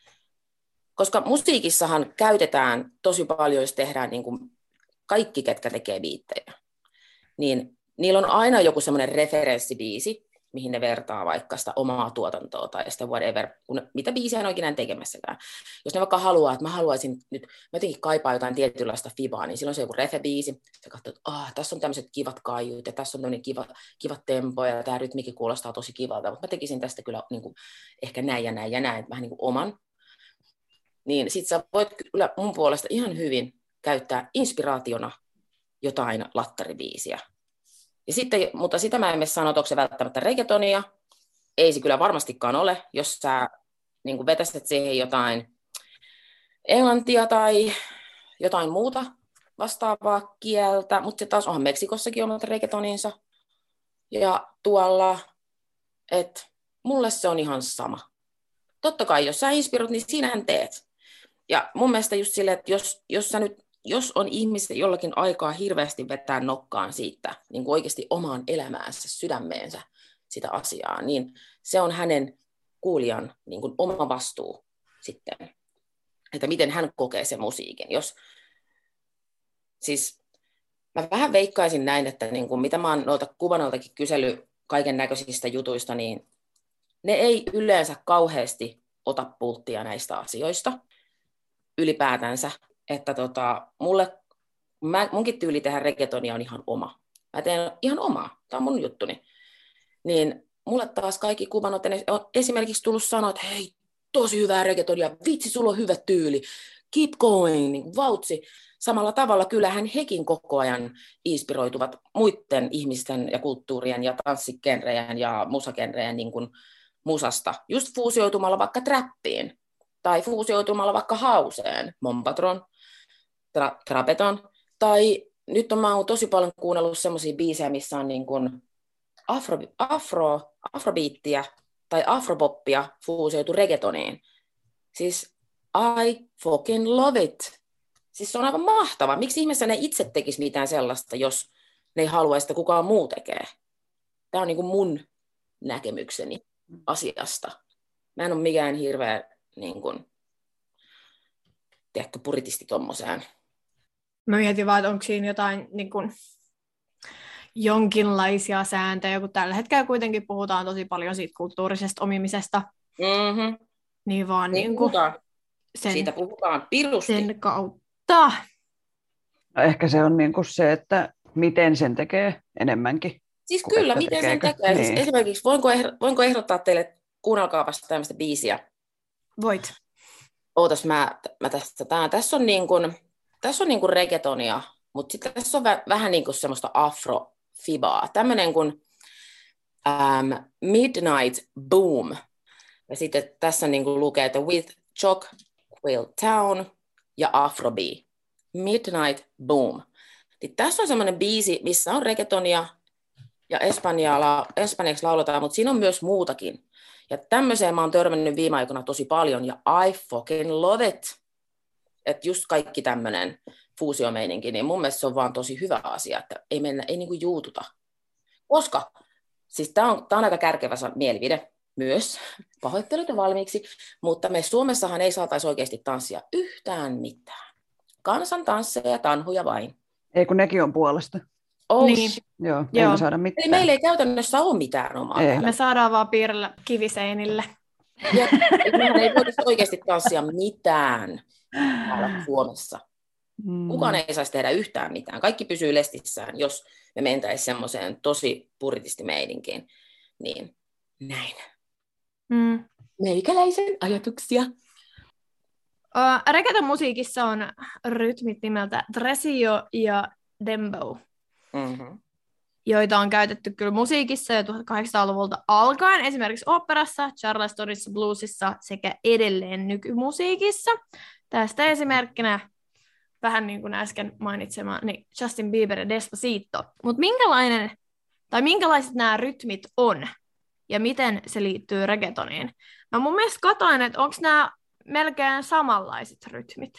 koska musiikissahan käytetään tosi paljon, jos tehdään niin kuin kaikki, ketkä tekee biittejä, niin niillä on aina joku semmoinen referenssibiisi, mihin ne vertaa vaikka sitä omaa tuotantoa tai sitä whatever, kun, mitä biisiä on oikein tekemässäkään. Jos ne vaikka haluaa, että mä haluaisin nyt, mä jotenkin kaipaan jotain tietynlaista fibaa, niin silloin se on joku refe-biisi, sä katsot, että ah, tässä on tämmöiset kivat kaiut ja tässä on tämmöinen kiva, kivat tempo ja tämä rytmikin kuulostaa tosi kivalta, mutta mä tekisin tästä kyllä niin kuin, ehkä näin ja näin ja näin, vähän niin kuin oman. Niin sit sä voit kyllä mun puolesta ihan hyvin käyttää inspiraationa jotain lattaribiisiä. Ja sitten, mutta sitä mä en mene sano, onko se välttämättä reggaetonia. Ei se kyllä varmastikaan ole, jos sä niin kuin vetäisit siihen jotain englantia tai jotain muuta vastaavaa kieltä. Mutta taas onhan Meksikossakin omat reggaetoninsa. Ja tuolla, että mulle se on ihan sama. Totta kai, jos sä inspiroit, niin sinähän teet. Ja mun mielestä just silleen, että jos, jos sä nyt Jos on ihmistä jollakin aikaa hirveästi vetää nokkaan siitä niin kuin oikeasti omaan elämäänsä, sydämeensä sitä asiaa, niin se on hänen kuulijan niin kuin oma vastuu sitten, että miten hän kokee sen musiikin. Jos, siis mä vähän veikkaisin näin, että niin kuin, mitä mä oon noilta kuvanoltakin kysely kaiken näköisistä jutuista, niin ne ei yleensä kauheasti ota pulttia näistä asioista ylipäätänsä. Että tota, mulle, mä, munkin tyyli tehdä reggaetonia on ihan oma. Mä teen ihan omaa, tämä on mun juttuni. Niin mulle taas kaikki kuvanot on esimerkiksi tullut sanoa, että hei, tosi hyvää reggaetonia, vitsi, sulla on hyvä tyyli, keep going, niin kuin vautsi. Samalla tavalla kyllähän hekin koko ajan inspiroituvat muiden ihmisten ja kulttuurien ja tanssigenrejen ja musagenrejen niin kuin musasta. Just fuusioitumalla vaikka trappiin tai fuusioitumalla vaikka houseen, Mompatron, tra- trapeton. Tai nyt on, mä oon tosi paljon kuunnellut semmoisia biisejä, missä on niin kuin afro, afro, afrobiittiä tai afropoppia fuusioitu reggaetoniin. Siis I fucking love it. Siis se on aivan mahtavaa. Miksi ihmeessä ne itse tekisi mitään sellaista, jos ne ei haluaisi, että kukaan muu tekee? Tämä on niin kuin mun näkemykseni asiasta. Mä en ole mikään hirveä niin kuin, tiedätkö, puritisti tommoseen. Mä mietin vaan, että onko siinä jotain niin kuin, jonkinlaisia sääntöjä, kun tällä hetkellä kuitenkin puhutaan tosi paljon siitä kulttuurisesta omimisesta. Mm-hmm. Niin vaan niin niin kuin, sen, siitä puhutaan pirusti. Sen kautta. No ehkä se on niin kuin se, että miten sen tekee enemmänkin. Siis kyllä, miten tekeekö? sen tekee. Niin. Siis esimerkiksi voinko, ehdo, voinko ehdottaa teille, kuunnelkaapa tämmöistä biisiä. Voit. Ootas, mä, mä tästä, tää, tässä on niin kuin, tässä on niin kuin reggaetonia, mutta sitten tässä on vä, vähän niin kuin semmoista afro-fibaa. Tämmöinen kuin um, Midnight Boom. Ja sitten tässä niin kuin lukee, että With Chalk Quill Town ja Afrobeat. Midnight Boom. Niin tässä on semmoinen biisi, missä on reggaetonia ja espanjaksi lauletaan, mutta siinä on myös muutakin. Ja tämmöiseen mä oon törmännyt viime aikoina tosi paljon, ja I fucking love it. Että just kaikki tämmöinen fuusiomeininki, niin mun mielestä se on vaan tosi hyvä asia, että ei mennä, ei niinku juututa. Koska, siis tää on, tää on aika kärkevä mielipide myös, pahoittelut jo valmiiksi, mutta me Suomessahan ei saataisi oikeasti tanssia yhtään mitään. Kansantansseja ja tanhuja vain. Ei kun nekin on puolesta. Oh, Niin. Joo, Joo. ei me saada mitään. Eli meillä ei käytännössä ole mitään omaa. Ei. Me saadaan vaan piirrellä kiviseinille. Ja mehän ei voida oikeasti tanssia mitään täällä Suomessa. Mm. Kukaan ei saisi tehdä yhtään mitään. Kaikki pysyy lestissään, jos me mentäisiin semmoiseen tosi puritistimeininkiin. Niin näin. Mm. Meikäläisen ajatuksia. Uh, reggaeton musiikissa on rytmit nimeltä Tresillo ja Dembow, Mm-hmm. joita on käytetty kyllä musiikissa jo tuhatkahdeksansataaluvulta alkaen, esimerkiksi oopperassa, charlestonissa, bluesissa sekä edelleen nykymusiikissa. Tästä esimerkkinä vähän niin kuin äsken mainitsemani Justin Bieber ja Despacito. Mutta minkälainen, tai minkälaiset nämä rytmit on ja miten se liittyy reggaetoniin? Mä mun mielestä katoin, että onko nämä melkein samanlaiset rytmit.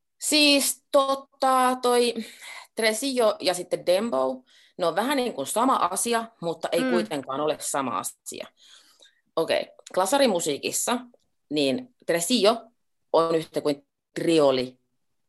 Siis tota, toi Tresillo ja sitten Dembow, ne on vähän niin kuin sama asia, mutta ei mm. kuitenkaan ole sama asia. Okei, okay. Klasarimusiikissa, niin Tresillo on yhtä kuin trioli.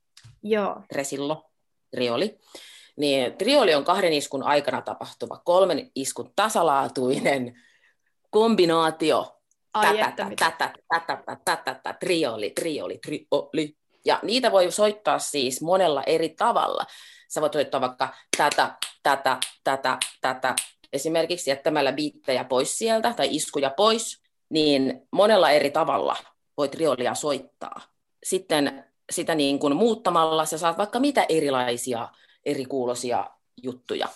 Joo. Tresillo, trioli. Niin trioli on kahden iskun aikana tapahtuva, kolmen iskun tasalaatuinen kombinaatio. Ai Tätä, että tätä, tätä, tätä, tätä, trioli, trioli, trioli. Ja niitä voi soittaa siis monella eri tavalla. Sä voit soittaa vaikka tätä, tätä, tätä, tätä. Esimerkiksi jättämällä biittejä pois sieltä tai iskuja pois, niin monella eri tavalla voit triolia soittaa. Sitten sitä niin kuin muuttamalla sä saat vaikka mitä erilaisia erikuuloisia juttuja.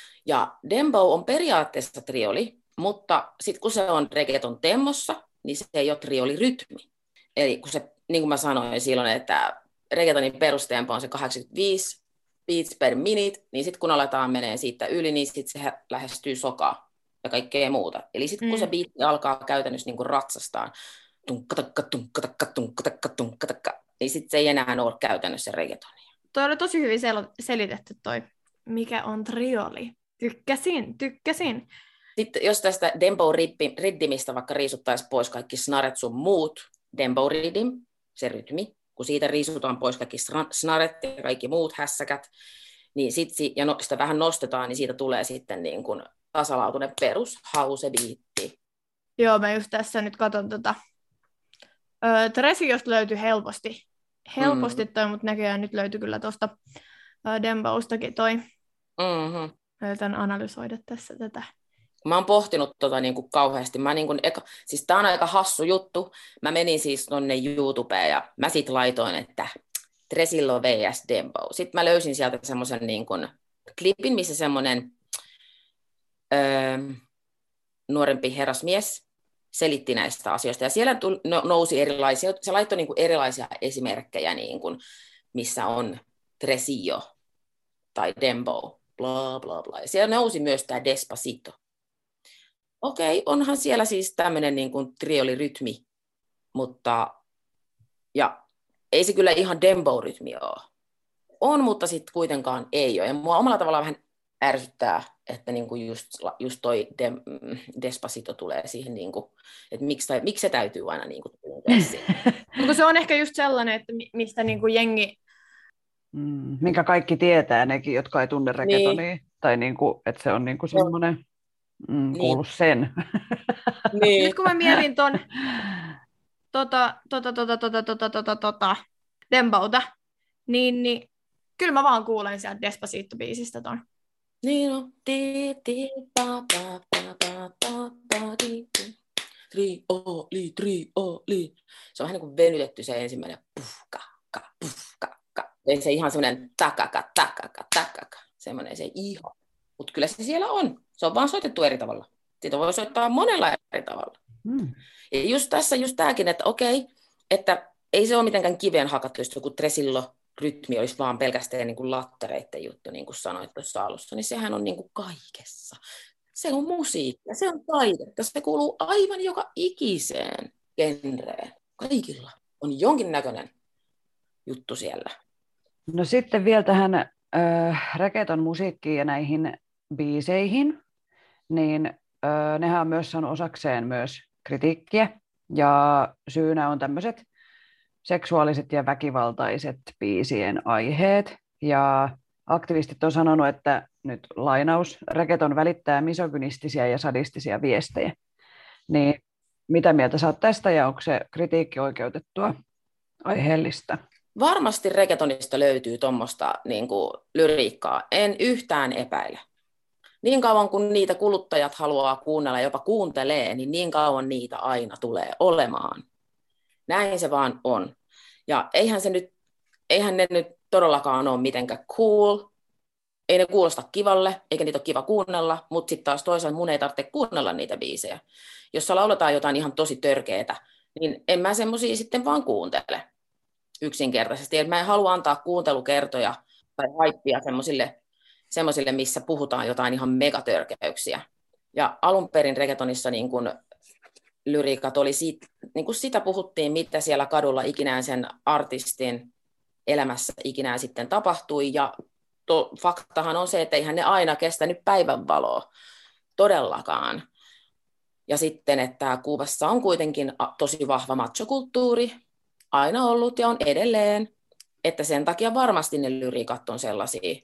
Ja dembow on periaatteessa trioli, mutta sitten kun se on reggaeton temmossa, niin se ei ole triolirytmi. Eli kun se, niin kuin mä sanoin silloin, että reggaetonin perustempo on se kahdeksankymmentäviisi beats per minute, niin sitten kun aletaan menee siitä yli, niin sitten se lähestyy sokaa ja kaikkea muuta. Eli sitten kun mm. se biitti alkaa käytännössä niin kuin ratsastaan, tunkkatakka, tunkkatakka, tunkkatakka, tunkkatakka, niin sitten se ei enää ole käytännössä reggaetonia. Toi oli tosi hyvin sel- selitetty toi, mikä on trioli. Tykkäsin, tykkäsin. Sitten jos tästä dembow-riddimistä vaikka riisuttaisiin pois kaikki snaret sun muut, dembow-riddim, se rytmi, kun siitä riisutaan pois kaikki snaret ja kaikki muut hässäkät, niin sit, ja no, sitä vähän nostetaan, niin siitä tulee sitten niin kuin tasalaatuinen perus hausebiitti. Joo, mä just tässä nyt katson tota. Öö, Tresillosta löytyi helposti. Helposti toi, mm. mutta näköjään nyt löytyi kyllä tuosta öö, Dembowstakin toi. Mm-hmm. Mä yritän analysoida tässä tätä. Mä oon pohtinut tota niin kuin kauheasti. Mä niin kuin eka, siis tää on aika hassu juttu. Mä menin siis tonne YouTubeen ja mä sit laitoin, että Tresillo versus Dembow. Sitten mä löysin sieltä semmoisen niin kuin klipin, missä semmoinen öö, nuorempi herrasmies selitti näistä asioista. Ja siellä tuli, no, nousi erilaisia, se laittoi niin kuin erilaisia esimerkkejä, niin kuin, missä on Tresillo tai Dembow, bla bla bla. Ja siellä nousi myös tämä Despacito. Okei, onhan siellä siis tämmöinen niin kuin triolirytmi, mutta ja ei se kyllä ihan dembow-rytmi ole. On, mutta sitten kuitenkaan ei ole. Ja mua omalla tavallaan vähän ärsyttää, että niin kuin just, just toi dem, Despacito tulee siihen, niin kuin, että miksi, tai, miksi se täytyy aina niin kuin tulla siihen. Onko se on ehkä just sellainen, että mistä niin kuin jengi... Mm, minkä kaikki tietää, nekin, jotka ei tunne reggaetonia. Niin. Tai niin kuin, että se on niin kuin semmoinen... Mm, kuullut niin. Sen. Niin. Nyt kun mä mietin ton tota, tota, tota, tota, tota, tota, tota, Dembowta, niin, niin kyllä mä vaan kuulen sieltä Despacito-biisistä ton. Niin on. Trioli, trioli. Se on vähän niin kuin venytetty se ensimmäinen puhka, ka, puhka, ka. Ei se ihan semmoinen takaka, takaka, takaka. Semmoinen se ihan. Mutta kyllä se siellä on. Se on vaan soitettu eri tavalla. Sitä voi soittaa monella eri tavalla. Mm. Ja just tässä just tämäkin, että okei, että ei se ole mitenkään kiveen hakattu, jos joku Tresillo-rytmi olisi vaan pelkästään niin kuin lattereiden juttu, niin kuin sanoit tuossa alussa, niin sehän on niin kuin kaikessa. Se on musiikkia, se on taidetta, se kuuluu aivan joka ikiseen genreen. Kaikilla on jonkinnäköinen juttu siellä. No sitten vielä tähän äh, reggaeton musiikkiin ja näihin biiseihin, niin äh, nehän on myös saanut osakseen myös kritiikkiä, ja syynä on tämmöiset seksuaaliset ja väkivaltaiset biisien aiheet, ja aktivistit on sanonut, että nyt lainaus, reggaeton välittää misogynistisiä ja sadistisia viestejä. Niin mitä mieltä sä oot tästä, ja onko se kritiikki oikeutettua, aiheellista? Varmasti reggaetonista löytyy tuommoista niin kuin lyriikkaa, en yhtään epäile. Niin kauan kun niitä kuluttajat haluaa kuunnella, jopa kuuntelee, niin niin kauan niitä aina tulee olemaan. Näin se vaan on. Ja eihän, se nyt, eihän ne nyt todellakaan ole mitenkään cool. Ei ne kuulosta kivalle, eikä niitä ole kiva kuunnella, mutta sitten taas toisaalta mun ei tarvitse kuunnella niitä biisejä. Jos lauletaan jotain ihan tosi törkeetä, niin en mä semmosia sitten vaan kuuntele yksinkertaisesti. Et mä en halua antaa kuuntelukertoja tai haippia semmoisille, semmoisille, missä puhutaan jotain ihan megatörkeyksiä. Ja alun perin reggaetonissa niin kun lyriikat oli siitä, niin kun sitä puhuttiin, mitä siellä kadulla ikinään sen artistin elämässä ikinään sitten tapahtui, ja to, faktahan on se, että eihän ne aina kestänyt päivänvaloa todellakaan. Ja sitten, että Kuubassa on kuitenkin tosi vahva machokulttuuri, aina ollut ja on edelleen, että sen takia varmasti ne lyriikat on sellaisia,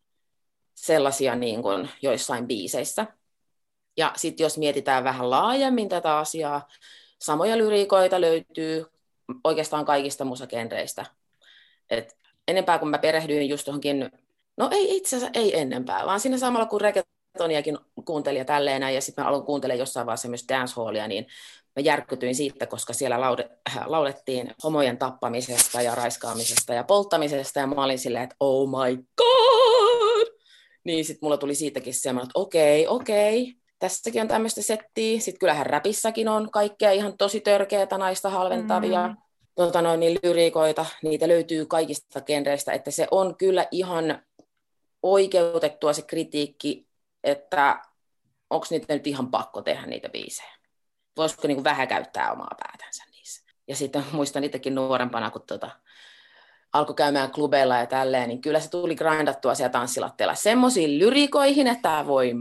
sellaisia niin kuin joissain biiseissä. Ja sitten jos mietitään vähän laajemmin tätä asiaa, samoja lyriikoita löytyy oikeastaan kaikista musagenreistä. Et enempää kuin mä perehdyin just johonkin, no ei itse asiassa ei enempää, vaan siinä samalla kun reggaetoniakin kuuntelin ja tälleen, ja sitten mä aloin kuuntelemaan jossain vaiheessa myös dancehallia, niin mä järkytyin siitä, koska siellä laude, äh, laulettiin homojen tappamisesta ja raiskaamisesta ja polttamisesta, ja mä olin silleen, että oh my god! Niin sitten mulla tuli siitäkin semmoinen, että okei, okay, okei, okay, tässäkin on tämmöistä settiä. Sitten kyllähän räpissäkin on kaikkea ihan tosi törkeätä naista halventavia mm. tota noin, niin lyriikoita. Niitä löytyy kaikista genreistä, että se on kyllä ihan oikeutettua se kritiikki, että onko niitä nyt ihan pakko tehdä niitä biisejä. Voisiko niin kuin vähän käyttää omaa päätänsä niissä. Ja sitten muistan itsekin nuorempana, kun tota, alkoi käymään klubeilla ja tälleen, niin kyllä se tuli grindattua siellä tanssilatteella semmoisiin lyrikoihin, että voi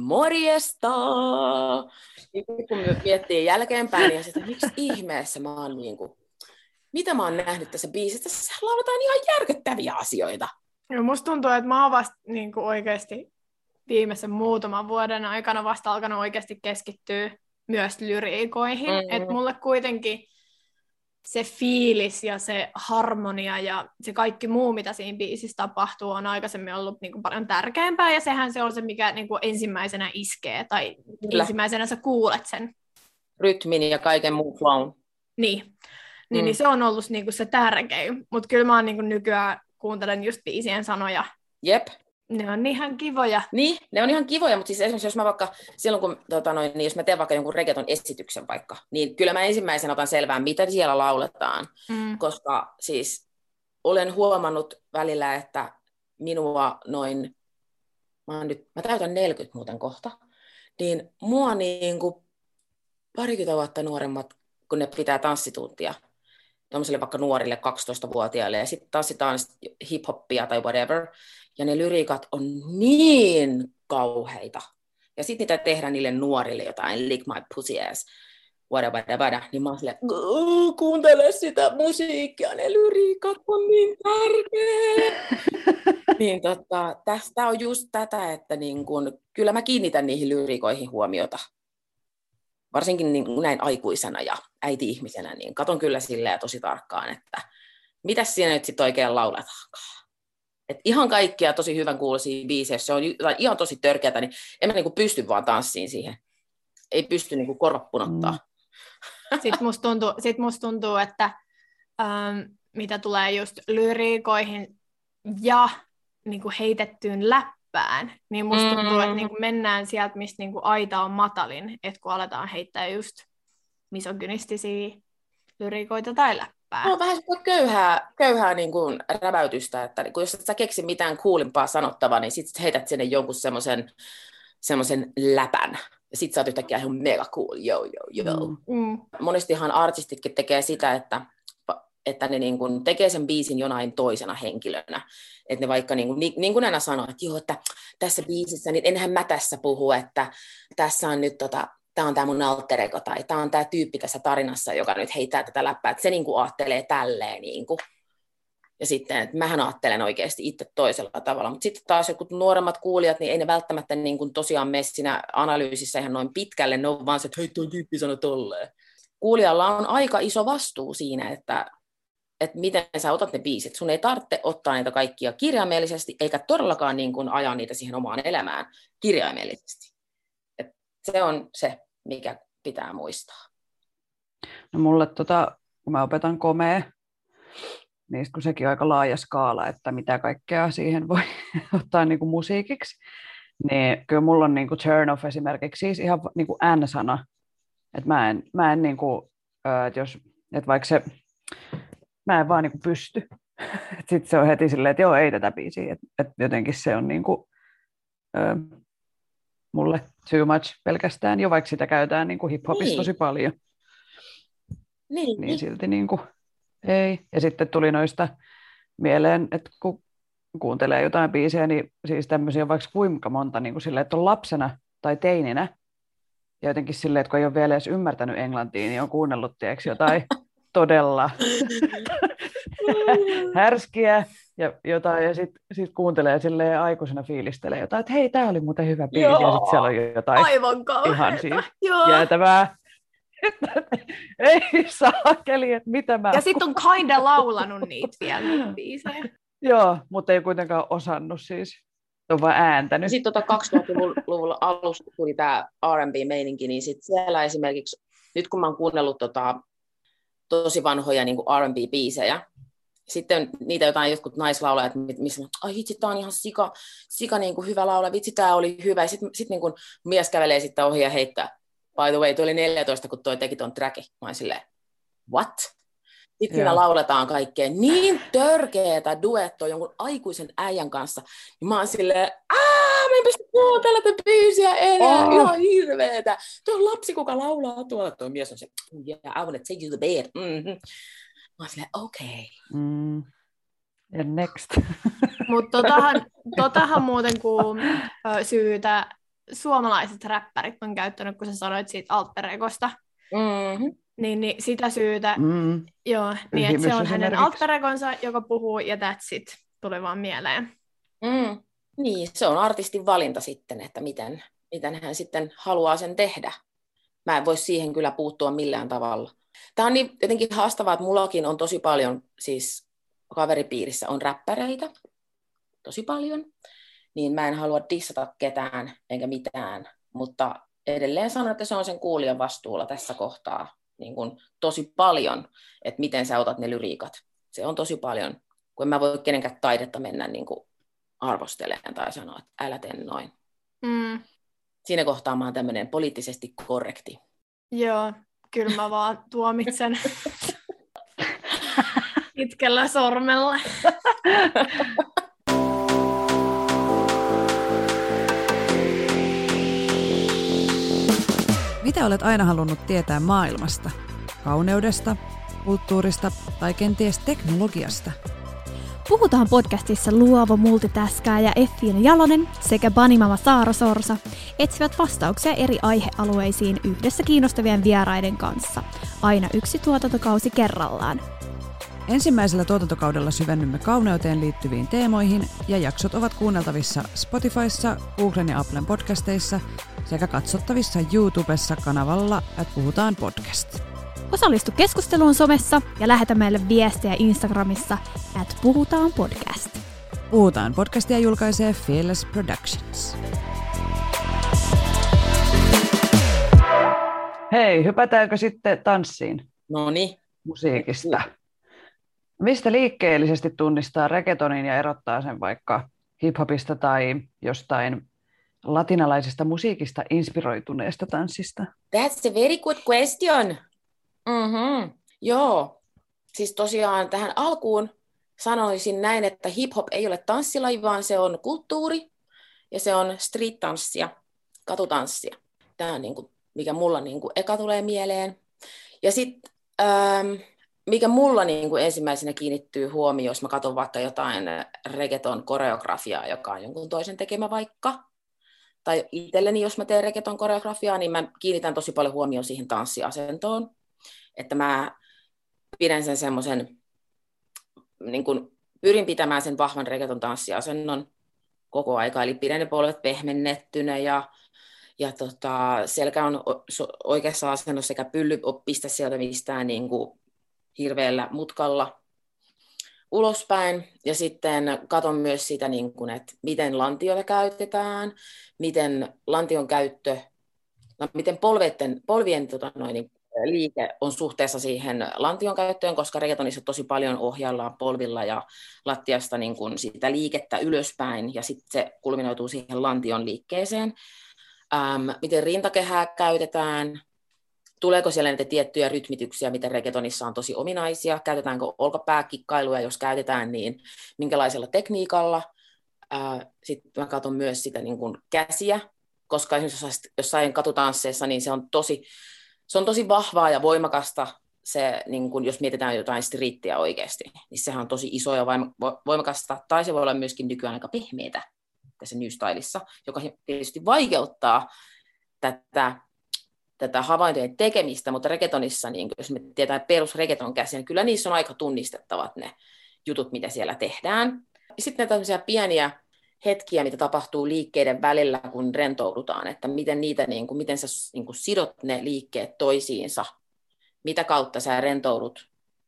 morjestaa. Niin kun miettii jälkeenpäin, niin sitten miksi ihmeessä mä oon niin kuin, mitä mä oon nähnyt tässä biisissä, tässä lauletaan ihan järkyttäviä asioita. Joo, musta tuntuu, että mä oon vasta niin kuin oikeasti viimeisen muutaman vuoden aikana vasta alkanut oikeasti keskittyä myös lyriikoihin. Mm-hmm. Että mulle kuitenkin se fiilis ja se harmonia ja se kaikki muu, mitä siinä biisissä tapahtuu, on aikaisemmin ollut niin kuin paljon tärkeämpää, ja sehän se on se, mikä niin kuin ensimmäisenä iskee, tai Kyllä. ensimmäisenä sä kuulet sen. Rytmin ja kaiken muun flown. Niin, niin, mm. niin se on ollut niin kuin se tärkein, mutta kyllä mä oon niin kuin nykyään kuuntelen just biisien sanoja. Jep. Ne on ihan kivoja. Niin, ne on ihan kivoja, mutta siis esimerkiksi jos mä vaikka, silloin kun, tota noin, niin jos mä teen vaikka jonkun reggaeton esityksen vaikka, niin kyllä mä ensimmäisenä otan selvää, mitä siellä lauletaan, mm. koska siis olen huomannut välillä, että minua noin, mä, oon nyt, mä täytän neljäkymmentä muuten kohta, niin mua niin kuin parikymmentä vuotta nuoremmat, kun ne pitää tanssituntia, tuollaisille vaikka nuorille kaksitoistavuotiaille, ja sitten tanssitaan hip-hoppia tai whatever, ja ne lyriikat on niin kauheita. Ja sitten niitä tehdään niille nuorille jotain, lick my pussy ass, wada, wada, wada. Niin mä oon silleen, kuuntele sitä musiikkia, ne lyriikat on niin tärkeä. Niin tota, tästä on just tätä, että niin kun, kyllä mä kiinnitän niihin lyriikoihin huomiota. Varsinkin niin näin aikuisena ja äiti-ihmisenä, niin katon kyllä silleen tosi tarkkaan, että mitäs siinä nyt sitten oikein lauletaankaan. Et ihan kaikkia tosi hyvän kuuloisia biisejä, jos se on ihan tosi törkeätä, niin en mä niinku pysty vaan tanssiin siihen. Ei pysty niinku korvat punottaa. Mm. Sitten musta tuntuu, sit musta tuntuu että ähm, mitä tulee just lyriikoihin ja niinku heitettyyn läppään, niin musta mm. tuntuu, että niinku mennään sieltä, mistä niinku aita on matalin, että kun aletaan heittää just misogynistisiä lyriikoita tai läppää. No, vähän köyhää, köyhää niin kuin räväytystä, että niin kuin jos et sä keksi mitään kuulimpaa sanottavaa, niin sitten heität sinne jonkun semmoisen semmoisen läpän. ja sit sä oot yhtäkkiä ihan mega cool, joo, joo, joo. Mm. Monestihan artistitkin tekee sitä, että, että ne niin kuin tekee sen biisin jonain toisena henkilönä. Että ne vaikka, niin kuin, niin kuin aina sanoo, että joo, että tässä biisissä, niin enhän mä tässä puhu, että tässä on nyt tota, tää on tää mun alter ego, tai tää on tää tyyppi tässä tarinassa, joka nyt heittää tätä läppää, että se niin kuin ajattelee tälleen. Niin kuin. Ja sitten, että mähän ajattelen oikeasti itse toisella tavalla. Mutta sitten taas jotkut nuoremmat kuulijat, niin ei ne välttämättä niin kuin tosiaan mene siinä analyysissä ihan noin pitkälle. Ne on vaan se, että hei, toi tyyppi sanoi tolleen. Kuulijalla on aika iso vastuu siinä, että, että miten sä otat ne biisit. Sun ei tarvitse ottaa niitä kaikkia kirjaimellisesti, eikä todellakaan niin kuin ajaa niitä siihen omaan elämään kirjaimellisesti. Et se on se, mikä pitää muistaa. No mulle, tota, kun mä opetan komea, niin kun sekin on aika laaja skaala, että mitä kaikkea siihen voi ottaa niin kuin musiikiksi, niin kyllä mulla on niin kuin turn off esimerkiksi siis ihan niin kuin N-sana. Että mä en, mä en niin kuin, että jos, että vaikka se, mä en vaan niin kuin pysty. Sitten se on heti silleen, että joo, ei tätä biisiä. Että et jotenkin se on niin kuin, ö, mulle too much pelkästään, jo vaikka sitä käytetään niin kuin hip-hopissa niin tosi paljon. Niin, niin silti niin kuin, ei. Ja sitten tuli noista mieleen, että kun kuuntelee jotain biisejä, niin siis tämmöisiä vaikka kuinka monta niin kuin silleen, että on lapsena tai teininä, ja jotenkin silleen, että kun ei ole vielä edes ymmärtänyt englantia, niin on kuunnellut tiedätkö, jotain todella härskiä ja jotain, ja sitten sit kuuntelee silleen aikuisena fiilistelee jotain, että hei, tää oli muuten hyvä biisi, ja sitten siellä on jotain aivan ihan siis Joo. jäätävää. Ei saakeli, että mitä mä... Ja sitten on kinda laulanut niitä vielä, niitä biisejä. Joo, mutta ei kuitenkaan osannut siis. On vaan ääntänyt. Sitten tota kaksituhattaluvun alusta tuli tämä R and B-meininki, niin sit siellä esimerkiksi, nyt kun mä oon kuunnellut tota, tosi vanhoja niin R and B-biisejä, sitten niitä jotain jotkut naislaulajat, missä ai hitsi, tää on ihan sika, sika niin kuin hyvä laula, vitsi, tää oli hyvä. Ja sitten sit niin kuin mies kävelee sitten ohi ja heittää, by the way, toi oli neljätoista, kun toi teki ton trackin. Mä oon silleen, what? Sitten siinä lauletaan kaikkea niin törkeetä duettoa jonkun aikuisen äijän kanssa. Niin mä oon silleen, aah, mä en pysty kuuntelemaan tätä biisiä enää, oh. Ihan hirveetä. Tuo on lapsi, kuka laulaa tuolla. Tuo mies on se, yeah, I wanna take you to bed. Mm-hmm. Mä oon silleen, okei. Okay. Mm. Ja next. Mutta totahan, totahan muuten kun ö, syytä suomalaiset räppärit on käyttänyt, kun sä sanoit siitä alter egosta, mm-hmm. niin, niin sitä syytä, mm. joo, niin että se on hänen alter egonsa, joka puhuu, ja that's it, tuli vaan mieleen. Mm. Niin, se on artistin valinta sitten, että miten, miten hän sitten haluaa sen tehdä. Mä en voi siihen kyllä puuttua millään tavalla. Tämä on niin jotenkin haastavaa, että mullakin on tosi paljon, siis kaveripiirissä on räppäreitä, tosi paljon, niin mä en halua dissata ketään enkä mitään, mutta edelleen sanon, että se on sen kuulijan vastuulla tässä kohtaa niin kuin tosi paljon, että miten sä otat ne lyriikat. Se on tosi paljon, kun en mä voi kenenkään taidetta mennä niin kuin arvostelemaan tai sanoa, että älä tee noin. Mm. Siinä kohtaa mä oon tämmöinen poliittisesti korrekti. Joo, kyllä mä vaan tuomitsen itkellä sormella. Mitä olet aina halunnut tietää maailmasta? Kauneudesta, kulttuurista tai kenties teknologiasta? Puhutaan podcastissa luova multitaskaaja Effiina Jalonen sekä Banimama Saara Sorsa etsivät vastauksia eri aihealueisiin yhdessä kiinnostavien vieraiden kanssa, aina yksi tuotantokausi kerrallaan. Ensimmäisellä tuotantokaudella syvennymme kauneuteen liittyviin teemoihin ja jaksot ovat kuunneltavissa Spotifyssa, Googlen ja Applen podcasteissa sekä katsottavissa YouTubessa kanavalla että Puhutaan podcast. Osallistu keskusteluun somessa ja lähetä meille viestejä Instagramissa at Puhutaan podcast. Puhutaan podcastia julkaisee Fearless Productions. Hei, hypätäänkö sitten tanssiin? Noniin. Musiikista. Mistä liikkeellisesti tunnistaa reggaetonin ja erottaa sen vaikka hiphopista tai jostain latinalaisesta musiikista inspiroituneesta tanssista? That's a very good question. Mm-hmm. Joo, siis tosiaan tähän alkuun sanoisin näin, että hip-hop ei ole tanssilaji, vaan se on kulttuuri ja se on street-tanssia, katutanssia. Tämä on niin kuin, mikä mulla niin kuin eka tulee mieleen. Ja sitten, ähm, mikä mulla niin kuin ensimmäisenä kiinnittyy huomioon, jos mä katson vaikka jotain reggaeton koreografiaa, joka on jonkun toisen tekemä vaikka, tai itselleni, jos mä teen reggaeton koreografiaa, niin mä kiinnitän tosi paljon huomioon siihen tanssiasentoon. Että mä pidän sen semmoisen, niin kuin pyrin pitämään sen vahvan reggaeton tanssiasennon koko aika, eli pidän ne polvet pehmennettynä ja, ja tota, selkä on oikeassa asennossa sekä pylly pistä sieltä mistään niin kuin hirveällä mutkalla ulospäin. Ja sitten katon myös sitä, niin kuin, että miten lantiota käytetään, miten lantion käyttö, no, miten polveiden, polvien tota, noin, liike on suhteessa siihen lantion käyttöön, koska reggaetonissa tosi paljon ohjaillaan polvilla ja lattiasta niin kuin sitä liikettä ylöspäin, ja sitten se kulminoituu siihen lantion liikkeeseen. Ähm, miten rintakehää käytetään, tuleeko siellä näitä tiettyjä rytmityksiä, mitä reggaetonissa on tosi ominaisia, käytetäänkö olkapääkikkailuja, jos käytetään, niin minkälaisella tekniikalla. Äh, sitten mä katson myös sitä niin kuin käsiä, koska esimerkiksi jossain katutansseissa, niin se on tosi Se on tosi vahvaa ja voimakasta, se, niin kun, jos mietitään jotain striittiä oikeasti, niin sehän on tosi iso ja voimakasta, tai se voi olla myöskin nykyään aika pehmeätä tässä New Styleissa, joka tietysti vaikeuttaa tätä, tätä havaintojen tekemistä, mutta reggaetonissa, niin jos me tiedetään perus reggaeton käsiä, niin kyllä niissä on aika tunnistettavat ne jutut, mitä siellä tehdään. Sitten näitä tämmöisiä pieniä hetkiä, mitä tapahtuu liikkeiden välillä, kun rentoudutaan, että miten, niitä, niin kuin, miten sä niin kuin sidot ne liikkeet toisiinsa, mitä kautta sä rentoudut,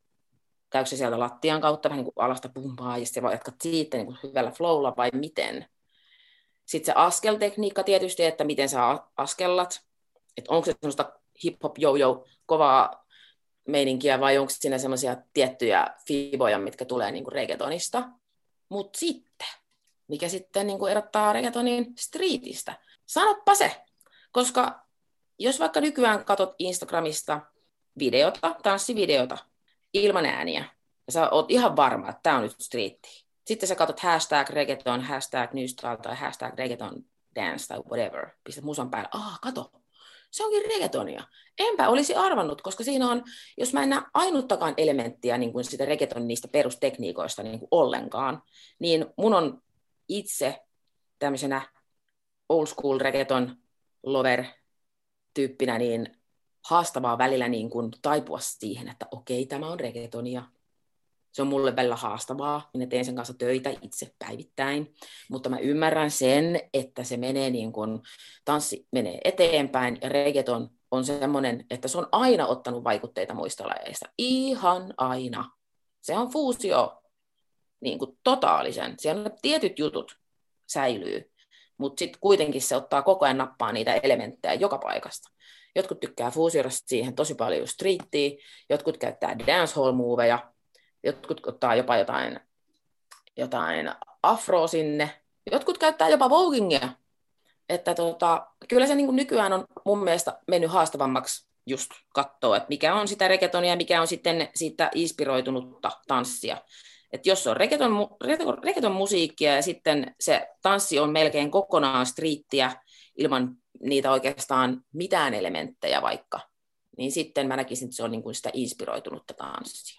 käykö se sieltä lattian kautta vähän niin kuin alasta pumpaa, ja sitten jatkat siitä niin kuin hyvällä flowlla, vai miten. Sitten se askeltekniikka tietysti, että miten sä askellat, että onko se semmoista hip-hop, jo-jo, kovaa meininkiä, vai onko siinä semmoisia tiettyjä fiboja, mitkä tulee niin kuin reggaetonista. Mutta sitten mikä sitten niin kuin erottaa reggaetonin streetistä. Sanoppa se, koska jos vaikka nykyään katot Instagramista videota, tanssivideota, ilman ääniä, ja sä oot ihan varma, että tää on nyt streetti. Sitten sä katot hashtag reggaeton, hashtag new style tai hashtag reggaeton dance tai whatever, pistät musan päälle, ah, kato, se onkin reggaetonia. Enpä olisi arvannut, koska siinä on, jos mä en näe ainuttakaan elementtiä niin kuin sitä reggaeton niistä perustekniikoista niin kuin ollenkaan, niin mun on itse tämmöisenä old school reggaeton lover tyyppinä niin haastavaa välillä niin kuin taipua siihen, että okei, tämä on reggaetonia. Se on mulle välillä haastavaa, minä teen sen kanssa töitä itse päivittäin, mutta mä ymmärrän sen, että se menee niin kuin, tanssi menee eteenpäin ja reggaeton on semmoinen, että se on aina ottanut vaikutteita muista lajeista. Ihan aina. Se on fuusio niin kuin totaalisen. Siellä tietyt jutut säilyy, mutta sitten kuitenkin se ottaa koko ajan nappaa niitä elementtejä joka paikasta. Jotkut tykkää fuusioida siihen tosi paljon streettiä, jotkut käyttää dancehall-moveja, jotkut ottaa jopa jotain, jotain afroa sinne, jotkut käyttää jopa voguingia. Että tota, kyllä se niin kuin nykyään on mun mielestä mennyt haastavammaksi just katsoa, että mikä on sitä reggaetonia ja mikä on sitten siitä inspiroitunutta tanssia. Että jos on reggaeton, reggaeton musiikkia ja sitten se tanssi on melkein kokonaan streettiä ilman niitä oikeastaan mitään elementtejä vaikka, niin sitten mä näkisin, että se on niin kuin sitä inspiroitunutta tanssia.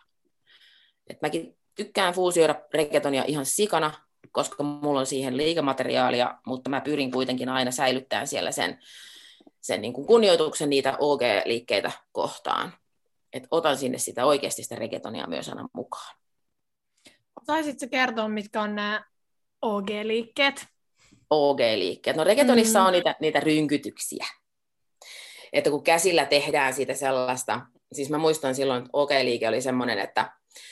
Et mäkin tykkään fuusioida reggaetonia ihan sikana, koska mulla on siihen liikemateriaalia, mutta mä pyrin kuitenkin aina säilyttämään siellä sen, sen niin kuin kunnioituksen niitä O G-liikkeitä kohtaan. Et otan sinne sitä oikeasti sitä reggaetonia myös aina mukaan. Saisitko kertoa, mitkä on nämä O G-liikkeet? O G-liikkeet. No reggaetonissa mm. on niitä, niitä rynkytyksiä. Että kun käsillä tehdään siitä sellaista, siis mä muistan silloin, että O G-liike oli semmoinen, että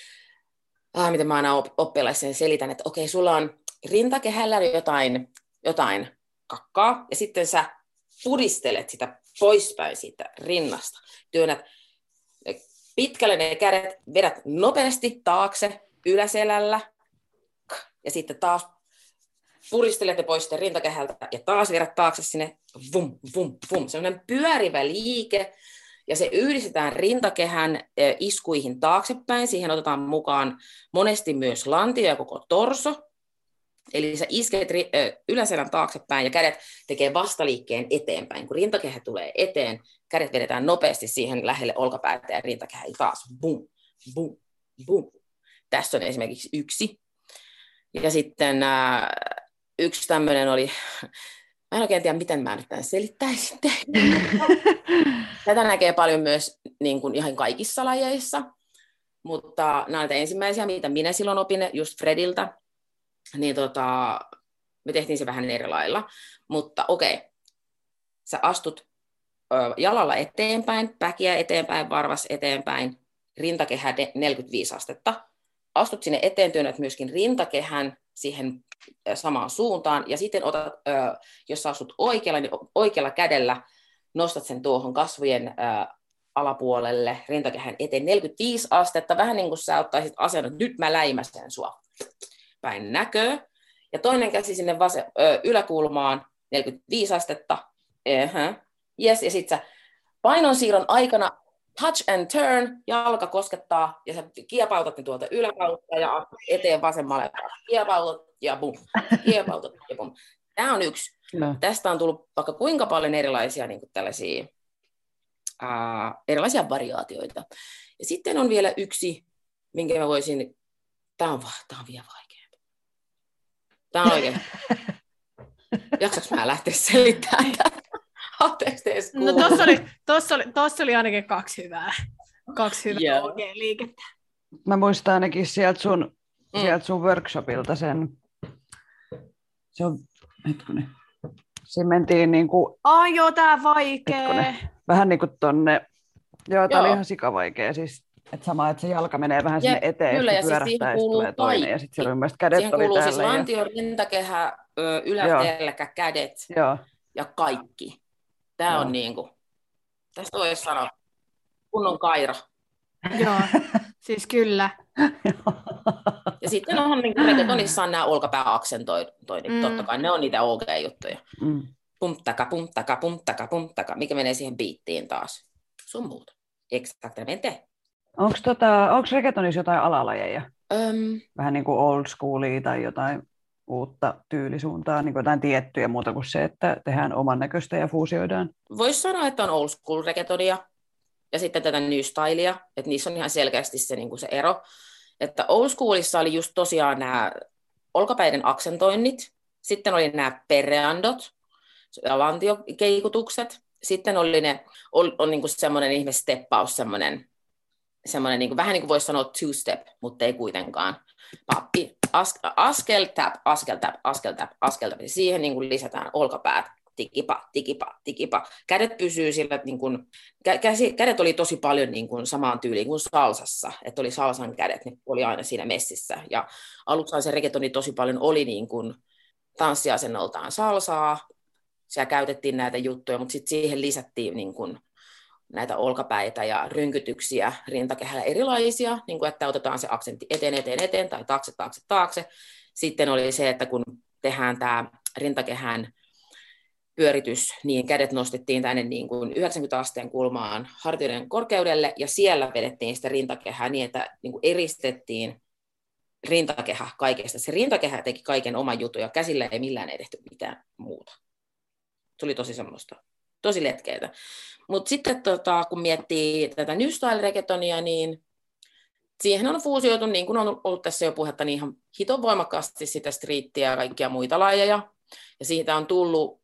ah, miten mä aina oppilaisen selitän, että okei, sulla on rintakehällä jotain, jotain kakkaa, ja sitten sä pudistelet sitä poispäin siitä rinnasta. Työnnät pitkälle ne kädet, vedät nopeasti taakse yläselällä, ja sitten taas puristelet ne pois rintakehältä, ja taas vedät taakse sinne, vum, vum, vum. Sellainen pyörivä liike, ja se yhdistetään rintakehän iskuihin taaksepäin. Siihen otetaan mukaan monesti myös lantio ja koko torso. Eli sä isket yläselän taaksepäin ja kädet tekee vastaliikkeen eteenpäin. Kun rintakehä tulee eteen, kädet vedetään nopeasti siihen lähelle olkapäätä ja rintakehä taas bum, bum, bum. Tässä on esimerkiksi yksi. Ja sitten äh, yksi tämmöinen oli, mä en oikein tiedä, miten mä nyt tämän selittäisin. Tätä näkee paljon myös niin kuin ihan kaikissa lajeissa, mutta nämä ovat ensimmäisiä, mitä minä silloin opin just Frediltä. Niin tota, me tehtiin se vähän eri lailla, mutta okei, okay. Sä astut ö, jalalla eteenpäin, päkiä eteenpäin, varvas eteenpäin, rintakehä neljäkymmentäviisi astetta, astut sinne eteen, työnnät myöskin rintakehän siihen ö, samaan suuntaan, ja sitten otat, ö, jos sä astut oikealla, niin oikealla kädellä nostat sen tuohon kasvojen ö, alapuolelle, rintakehän eteen neljäkymmentäviisi astetta, vähän niin kuin sä ottaisit asennut, nyt mä läimäsen sua. Päin näköä, ja toinen käsi sinne vase, ö, yläkulmaan, neljäkymmentäviisi astetta, uh-huh. Yes, ja sitten sä painonsiirron aikana touch and turn, jalka koskettaa, ja sä kiepautat ne tuolta yläkautta ja eteen vasemmalle, kiepautat ja bum, kiepautat ja bum. Tämä on yksi. No. Tästä on tullut vaikka kuinka paljon erilaisia niin kuin tällaisia ää, erilaisia variaatioita. Ja sitten on vielä yksi, minkä mä voisin, tämä on, tämä on vielä vaikea. Tämä on oikein. Jaksaks mä lähteä selittämään tätä? No tossa oli, tossa, oli, tossa oli ainakin kaksi hyvää, kaksi hyvää yeah. oikein liikettä. Mä muistan ainakin sieltä sun, mm. sieltä sun workshopilta sen, se on, hetkinen, siinä mentiin niinku... Ai joo, tää vaikee. Hetkinen, vähän niinku tonne, joo, tää joo. oli ihan sikavaikea, siis että sama, että se jalka menee vähän sinne ja, eteen, kyllä, ja sitten pyörähtää, ja sitten tulee toinen, ja sitten siellä on myös kädet siihen oli kuuluu täällä. Siihen kuuluu siis lantio, rintakehä, yläselkä, kädet Joo. ja kaikki. Tämä on niin kuin, tästä voisi sanoa, kunnon kaira. Joo, siis kyllä. Ja sitten on niin kuin reggaetonissa on nämä olkapääaksentoinnit, mm. totta kai ne on niitä O G-juttuja. Mm. Pumttaka, pumttaka, pumttaka, pumttaka, mikä menee siihen biittiin taas. Sun muuta. Exactamente. Onko tota, reggaetonissa jotain alalajeja? Öm. Vähän niin kuin old schoolia tai jotain uutta tyylisuuntaa, niin kuin jotain tiettyjä muuta kuin se, että tehdään oman näköistä ja fuusioidaan? Voisi sanoa, että on old school reggaetonia ja sitten tätä new stylea, että niissä on ihan selkeästi se, niin kuin se ero. Että old schoolissa oli just tosiaan nämä olkapäiden aksentoinnit, sitten oli nämä perreandot ja lantiokeikutukset, sitten oli ne, on, on niin kuin semmoinen ihme steppaus, semmoinen, semmoinen niin kuin, vähän niin kuin voisi sanoa two-step, mutta ei kuitenkaan. Pappi, as, askel, tap, askel, tap, askel, tap, askel, tap. Siihen niin kuin lisätään olkapäät, tikipa, tikipa, tikipa. Kädet pysyy sillä, niin kuin, käsi, kädet oli tosi paljon niin kuin samaan tyyliin kuin salsassa, että oli salsan kädet, ne oli aina siinä messissä. Ja aluksi se reggaetoni tosi paljon oli niin kuin tanssiasennoltaan salsaa, siellä käytettiin näitä juttuja, mutta sitten siihen lisättiin niin kuin näitä olkapäitä ja rynkytyksiä rintakehällä erilaisia, niin kuin että otetaan se aksentti eteen, eteen, eteen tai taakse, taakse, taakse. Sitten oli se, että kun tehdään tämä rintakehän pyöritys, niin kädet nostettiin tänne niin kuin yhdeksänkymmentä asteen kulmaan hartioiden korkeudelle, ja siellä vedettiin sitä rintakehää niin, että niin kuin eristettiin rintakehä kaikesta. Se rintakehä teki kaiken oman jutun, ja käsillä ei millään ei tehty mitään muuta. Se oli tosi semmoista, tosi letkeitä. Mutta sitten tota, kun miettii tätä New Style-reggaetonia, niin siihen on fuusioitu, niin kuin on ollut tässä jo puhetta, niin ihan hiton voimakkaasti sitä streettiä ja kaikkia muita lajeja. Ja siitä on tullut,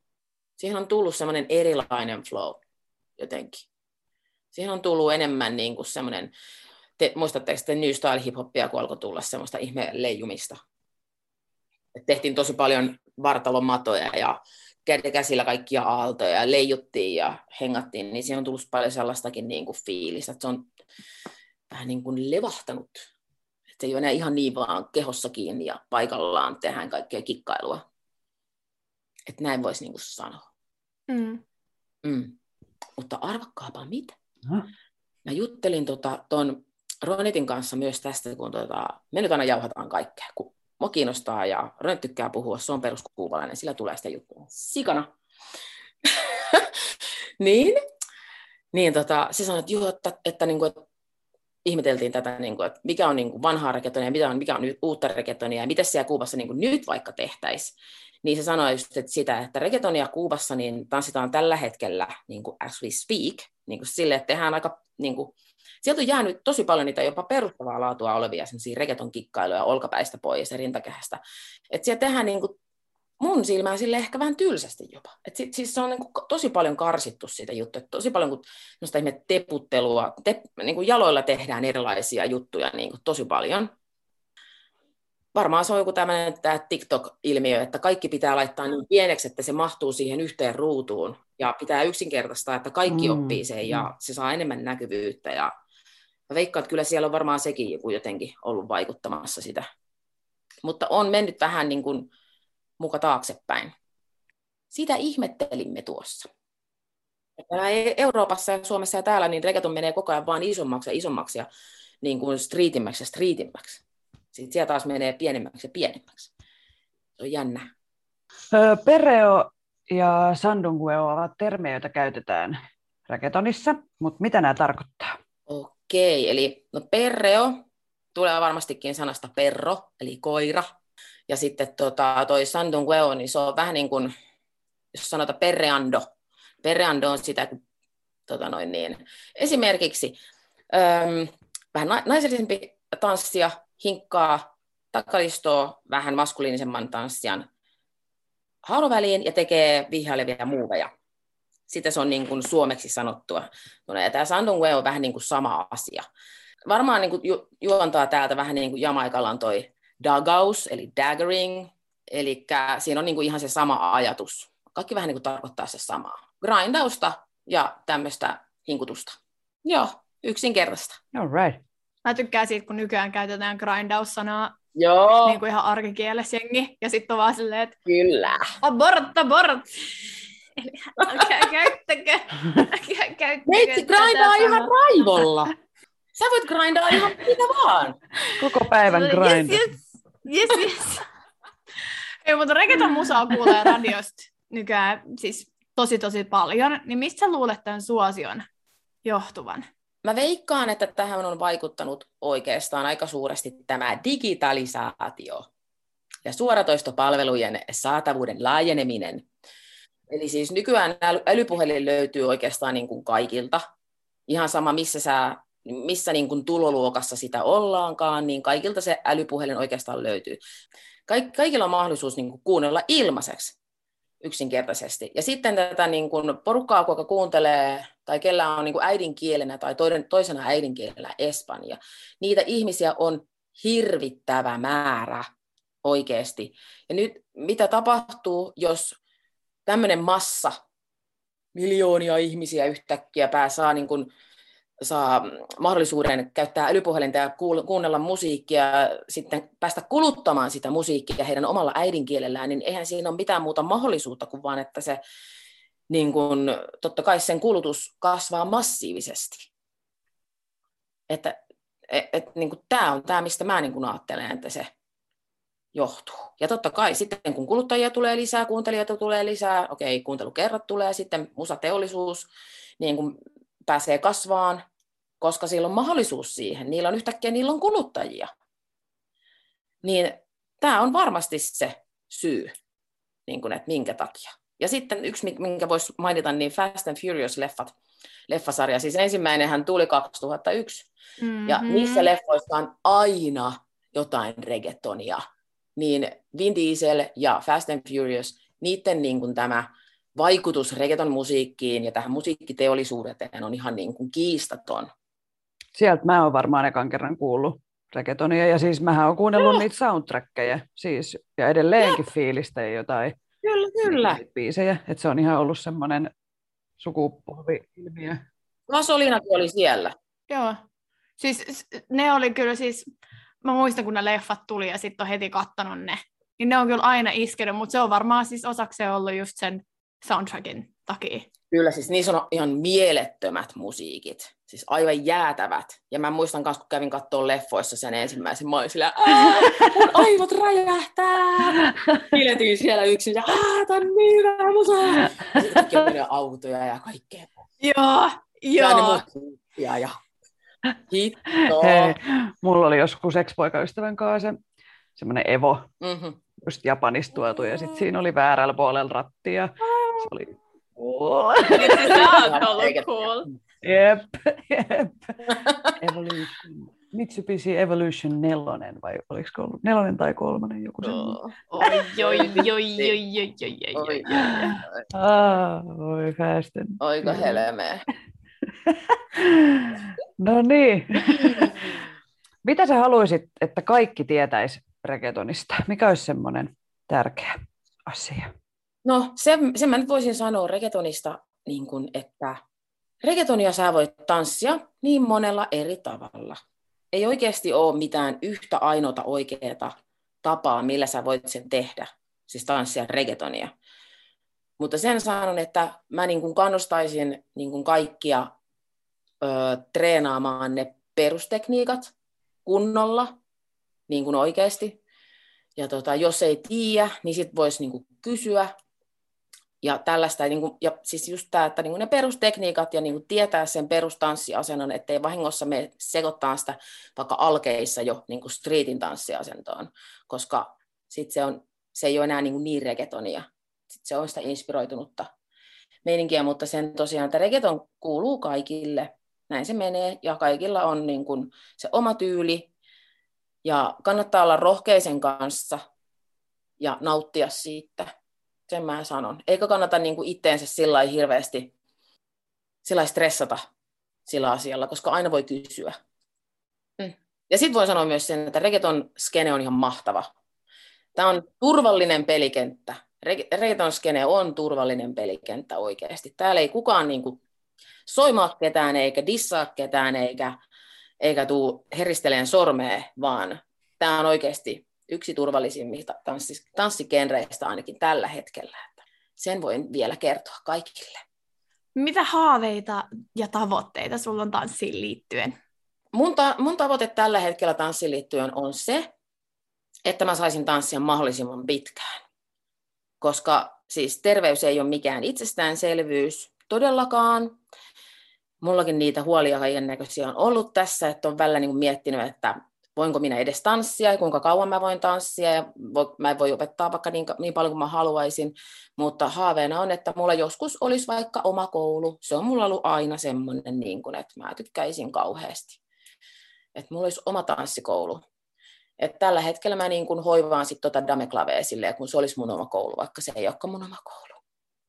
siihen on tullut semmoinen erilainen flow jotenkin. Siihen on tullut enemmän niin kuin semmoinen, te, muistatteko sitten New Style-hip-hoppia, kun alkoi tulla semmoista ihme leijumista. Et tehtiin tosi paljon vartalomatoja ja käsillä kaikkia aaltoja ja leijuttiin ja hengattiin, niin siihen on tullut paljon sellaistakin niin kuin fiilistä, että se on vähän niin kuin levahtanut. Että se ei ole enää ihan niin vaan kehossa kiinni ja paikallaan tehdään kaikkea kikkailua. Että näin voisi niin kuin sanoa. Mm. Mm. Mutta arvakkaapa mitä? No. Mä juttelin tota, ton Ronetin kanssa myös tästä, kun tota, me nyt aina jauhataan kaikkea, kun mua kiinnostaa ja Ronet tykkää puhua, se on peruskuuvalainen, sillä tulee sitä juttua sikana. niin, niin tota, se sanoi, että, joo, että, että, niin kuin, ihmeteltiin tätä, niin kuin, että mikä on niin kuin vanhaa reggaetonia, mikä on, mikä on uutta reggaetonia ja mitä siellä Kuubassa niin kuin nyt vaikka tehtäisiin. Niin se sanoi just että sitä, että reggaetonia Kuubassa niin tanssitaan tällä hetkellä niin kuin as we speak, niin kuin sille, että tehdään aika, niin kuin, sieltä on jäänyt tosi paljon niitä jopa perustavaa laatua olevia reggaeton kikkailuja olkapäistä pois ja rintakehästä. Että siellä tehdään niin kuin, mun silmään sille ehkä vähän tylsästi jopa. Et sit, siis se on niin kuin, tosi paljon karsittu siitä juttua, että tosi paljon noista ihme teputtelua, te, niin kuin jaloilla tehdään erilaisia juttuja niin kuin, tosi paljon. Varmaan se on joku tämmöinen tämä TikTok-ilmiö, että kaikki pitää laittaa niin pieneksi, että se mahtuu siihen yhteen ruutuun. Ja pitää yksinkertaistaa, että kaikki mm. oppii sen ja se saa enemmän näkyvyyttä. Ja mä veikkaan, että kyllä siellä on varmaan sekin joku jotenkin ollut vaikuttamassa sitä. Mutta on mennyt vähän niin kuin muka taaksepäin. Sitä ihmettelimme tuossa. Euroopassa ja Suomessa ja täällä niin reggaeton menee koko ajan vaan isommaksi ja isommaksi ja niin kuin streetimmäksi ja streetimmäksi. Sitten siellä taas menee pienemmäksi ja pienemmäksi. Se on jännä. Perreo ja sandungueo ovat termejä, joita käytetään reggaetonissa, mutta mitä nämä tarkoittaa? Okei, eli no perreo tulee varmastikin sanasta perro, eli koira. Ja sitten tota, toi sandungueo, niin se on vähän niin kuin, jos sanotaan perreando. Perreando on sitä, kun tota noin niin, esimerkiksi äm, vähän naisellisempi tanssia, hinkkaa takalistoa vähän maskuliinisemman tanssijan hauloväliin ja tekee vihjailevia muuveja. Sitten se on niin kuin suomeksi sanottua. Ja tämä sandungueo on vähän niin kuin sama asia. Varmaan niin kuin ju- juontaa täältä vähän niin kuin Jamaikalla on toi dagaus, eli daggering. Eli siinä on niin kuin ihan se sama ajatus. Kaikki vähän niin kuin tarkoittaa se samaa. Grindausta ja tämmöistä hinkutusta. Joo, yksinkertaista. All right. Mä tykkään siitä, kun nykyään käytetään grindaus-sanaa Joo. niin kuin ihan arkikielessä jengi. Ja sitten on vaan silleen, että kyllä. Abort, abort. Eli älkää käyttäkö. Älkää käyttäkö. Meitsi grindaa ihan raivolla. Sä voit grindaa ihan mitä vaan. Koko päivän grind. Yes, yes, yes, yes. Ei, mutta reggaeton musaa kuulee radiosta nykyään siis tosi tosi paljon. Niin mistä sä luulet tämän suosion johtuvan? Mä veikkaan, että tähän on vaikuttanut oikeastaan aika suuresti tämä digitalisaatio ja suoratoistopalvelujen saatavuuden laajeneminen. Eli siis nykyään älypuhelin löytyy oikeastaan niin kuin kaikilta. Ihan sama, missä, sä, missä niin kuin tuloluokassa sitä ollaankaan, niin kaikilta se älypuhelin oikeastaan löytyy. Kaik- kaikilla on mahdollisuus niin kuin kuunnella ilmaiseksi yksinkertaisesti. Ja sitten tätä niin kuin porukkaa, joka kuuntelee, tai kellä on niin kuin äidinkielenä tai toinen, toisena äidinkielellä espanja, niitä ihmisiä on hirvittävä määrä oikeasti. Ja nyt mitä tapahtuu, jos tämmöinen massa, miljoonia ihmisiä yhtäkkiä pää saa, niin kuin, saa mahdollisuuden käyttää älypuhelinta ja kuunnella musiikkia ja sitten päästä kuluttamaan sitä musiikkia heidän omalla äidinkielellään, niin eihän siinä ole mitään muuta mahdollisuutta kuin vaan, että se niin kuin, totta kai sen kulutus kasvaa massiivisesti. Että et, et, niin kuin, tämä on tämä, mistä mä niin kuin ajattelen, että se johtuu. Ja totta kai sitten, kun kuluttajia tulee lisää, kuuntelijoita tulee lisää, okei, kuuntelukerrat tulee, sitten musateollisuus niin kuin pääsee kasvaan, koska sillä on mahdollisuus siihen. Niillä on yhtäkkiä, niillä on kuluttajia. Niin tämä on varmasti se syy, niin kuin, että minkä takia. Ja sitten yksi, minkä voisi mainita, niin Fast and Furious-leffat, leffasarja. Siis ensimmäinenhän tuli kaksituhattayksi, mm-hmm. ja niissä leffoissa on aina jotain reggaetonia. Niin Vin Diesel ja Fast and Furious, niiden niin kuin tämä vaikutus reggaeton musiikkiin ja tähän musiikkiteollisuuteen on ihan niin kuin kiistaton. Sieltä mä oon varmaan ekan kerran kuullut reggaetonia, ja siis mähän oon kuunnellut no. niitä soundtrackeja, siis, ja edelleenkin ja. fiilistä jotain kyllä, kyllä. biisejä, että se on ihan ollut semmoinen sukupolvi-ilmiö. Gasolinakin oli siellä. Joo, siis ne oli kyllä siis, mä muistan kun ne leffat tuli ja sitten on heti kattonut ne, niin ne on kyllä aina iskenyt, mutta se on varmaan siis osakseen ollut just sen soundtrackin takia. Kyllä, siis niissä on ihan mielettömät musiikit, siis aivan jäätävät. Ja mä muistan myös, kun kävin katsoa leffoissa sen ensimmäisen, mä olin sillä, mun aivot räjähtää! Piletyin siellä yksin, ja tää on niin hyvä musa! Ja sitten kaikki on autoja ja kaikkea. Joo, joo. Ja ne muut ja, ja. Hitto. Hei, mulla oli joskus ex-poikaystävän kanssa se, semmoinen Evo, Mm-hmm. just Japanista tuotu, ja sitten siinä oli väärällä puolella rattia. Se oli cool. Siis sä oot ollut cool. Jep, jep. Evolution. Mitsubishi Evolution nelonen, vai oliko ollut nelonen tai kolmonen, joku semmoinen. Oi, oi, oi, oi, oi, oi, oi, oi. Ah, voi päästän. Oiko helmeä. No niin. Mitä sä haluaisit, että kaikki tietäis reggaetonista? Mikä olisi semmoinen tärkeä asia? No, sen, sen mä nyt voisin sanoa reggaetonista, niin kun, että reggaetonia sä voit tanssia niin monella eri tavalla. Ei oikeasti ole mitään yhtä ainoata oikeaa tapaa, millä sä voit sen tehdä, siis tanssia reggaetonia. Mutta sen sanon, että mä niin kun kannustaisin niin kun kaikkia ö, treenaamaan ne perustekniikat kunnolla, niin kuin oikeasti. Ja tota, jos ei tiedä, niin sit voisi niin kun kysyä. Ja tällaista, niin kuin, ja siis just tämä, että niin kuin ne perustekniikat ja niin kuin tietää sen perustanssiasennon, ettei vahingossa me sekoittaa sitä vaikka alkeissa jo niin kuin streetin tanssiasentoon, koska sit se, on, se ei ole enää niin, kuin niin reggaetonia. Sitten se on sitä inspiroitunutta meininkiä, mutta sen tosiaan, että reggaeton kuuluu kaikille. Näin se menee, ja kaikilla on niin kuin se oma tyyli, ja kannattaa olla rohkeisen kanssa ja nauttia siitä. Sen mä sanon. Eikä kannata niinku itteensä sillä hirveästi sillä stressata sillä asialla, koska aina voi kysyä. Mm. Ja sitten voin sanoa myös sen, että reggaeton skene on ihan mahtava. Tämä on turvallinen pelikenttä. Reggaeton skene on turvallinen pelikenttä oikeasti. Täällä ei kukaan niinku soimaa ketään, eikä dissaa ketään, eikä, eikä tuu heristeleen sormea, vaan tämä on oikeasti yksi turvallisimmista tanssis, tanssigenreistä ainakin tällä hetkellä. Sen voin vielä kertoa kaikille. Mitä haaveita ja tavoitteita sulla on tanssiin liittyen? Mun, ta- mun tavoite tällä hetkellä tanssiin liittyen on se, että mä saisin tanssia mahdollisimman pitkään. Koska siis terveys ei ole mikään itsestäänselvyys todellakaan. Mullakin niitä huolia kaikennäköisiä on ollut tässä, että on välillä niin kuin miettinyt, että voinko minä edes tanssia ja kuinka kauan mä voin tanssia ja vo, mä en voi opettaa vaikka niin, niin paljon kuin mä haluaisin, mutta haaveena on, että mulla joskus olisi vaikka oma koulu. Se on mulla ollut aina semmoinen, niin kuin, että mä tykkäisin kauheasti. Että mulla olisi oma tanssikoulu. Että tällä hetkellä mä niin kuin hoivaan sit tota dameklavea silleen, kun se olisi mun oma koulu, vaikka se ei olekaan mun oma koulu.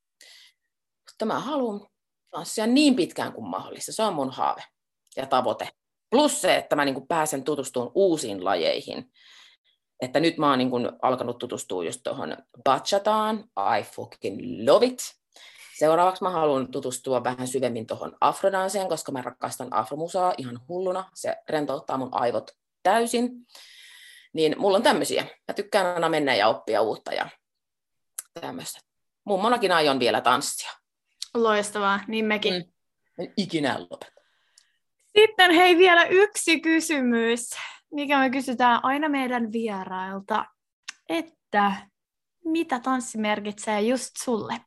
Mutta mä haluan tanssia niin pitkään kuin mahdollista. Se on mun haave ja tavoite. Plus se, että mä niin kuin pääsen tutustumaan uusiin lajeihin. Että nyt mä oon niin kuin alkanut tutustua just tuohon bachataan. I fucking love it. Seuraavaksi mä haluan tutustua vähän syvemmin tuohon afrodanseen, koska mä rakastan afromusaa ihan hulluna. Se rentouttaa mun aivot täysin. Niin mulla on tämmöisiä. Mä tykkään aina mennä ja oppia uutta ja tämmöistä. Mummonakin aion vielä tanssia. Loistavaa, niin mekin. Mm. En ikinä lopeta. Sitten hei vielä yksi kysymys, mikä me kysytään aina meidän vierailta, että mitä tanssi merkitsee just sulle?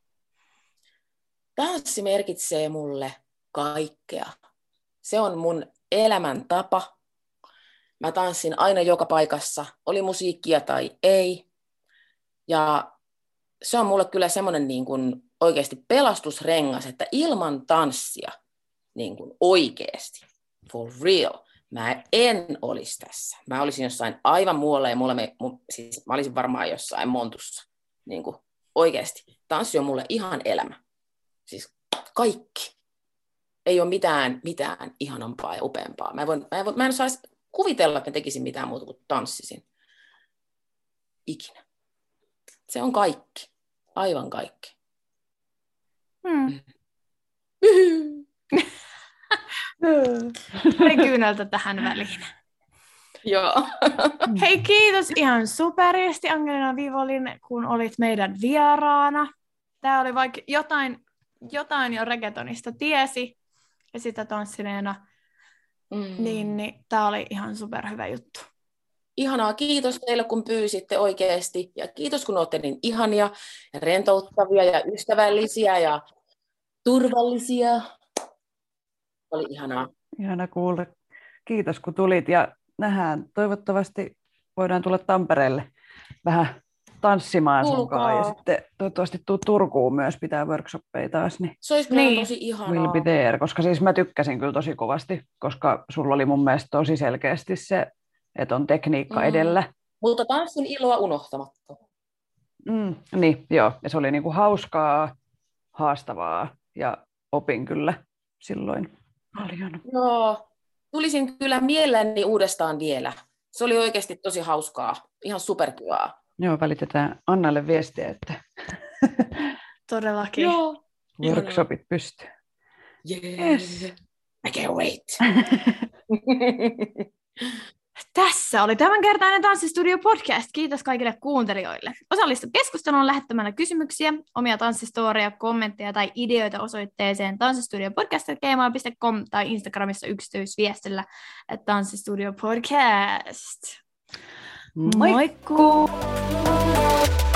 Tanssi merkitsee mulle kaikkea. Se on mun elämäntapa. Mä tanssin aina joka paikassa, oli musiikkia tai ei. Ja se on mulle kyllä semmoinen niin kuin oikeasti pelastusrengas, että ilman tanssia niin kuin oikeasti, for real, mä en olisi tässä. Mä olisin jossain aivan muualla ja mulla me, mu, siis mä olisin varmaan jossain Montussa. Niin kuin oikeasti. Tanssi on mulle ihan elämä. Siis kaikki. Ei ole mitään, mitään ihanampaa ja upeampaa. Mä en, voi, mä en, voi, mä en saisi kuvitella, että mä tekisin mitään muuta kuin tanssisin. Ikinä. Se on kaikki. Aivan kaikki. Hmm. Mm. Pari kyyneltä tähän väliin. Joo. Hei, kiitos ihan superisti Angelina Vivolin, kun olit meidän vieraana. Tää oli vaikka jotain, jotain jo reggaetonista tiesi, ja sitä tanssineena, mm. niin, niin tää oli ihan superhyvä juttu. Ihanaa, kiitos teille kun pyysitte oikeasti, ja kiitos kun olette niin ihania, ja rentouttavia, ja ystävällisiä, ja turvallisia. Oli ihanaa. Ihana kuulla. Kiitos kun tulit ja nähdään. Toivottavasti voidaan tulla Tampereelle vähän tanssimaan sunkaan ja sitten toivottavasti tuu Turkuun myös pitää workshoppeja taas. Niin se olisi kyllä niin. tosi ihanaa. Will be there, koska siis mä tykkäsin kyllä tosi kovasti, koska sulla oli mun mielestä tosi selkeästi se, että on tekniikka mm. edellä. Mutta tanssin iloa unohtamatta. Mm, niin, joo. Ja se oli niinku hauskaa, haastavaa ja opin kyllä silloin paljon. Joo, tulisin kyllä mielelläni uudestaan vielä. Se oli oikeasti tosi hauskaa, ihan superkivaa. Joo, välitetään Annalle viestiä, että Todellakin. Joo. workshopit pystyy. Yes. I can't wait. Tässä oli tämänkertainen Tanssistudio podcast. Kiitos kaikille kuuntelijoille. Osallistu keskusteluun lähettämällä kysymyksiä, omia tanssistoreja, kommentteja tai ideoita osoitteeseen tanssistudiopodcast piste gmail piste com tai Instagramissa yksityisviestillä tanssistudiopodcast. Moikkuu!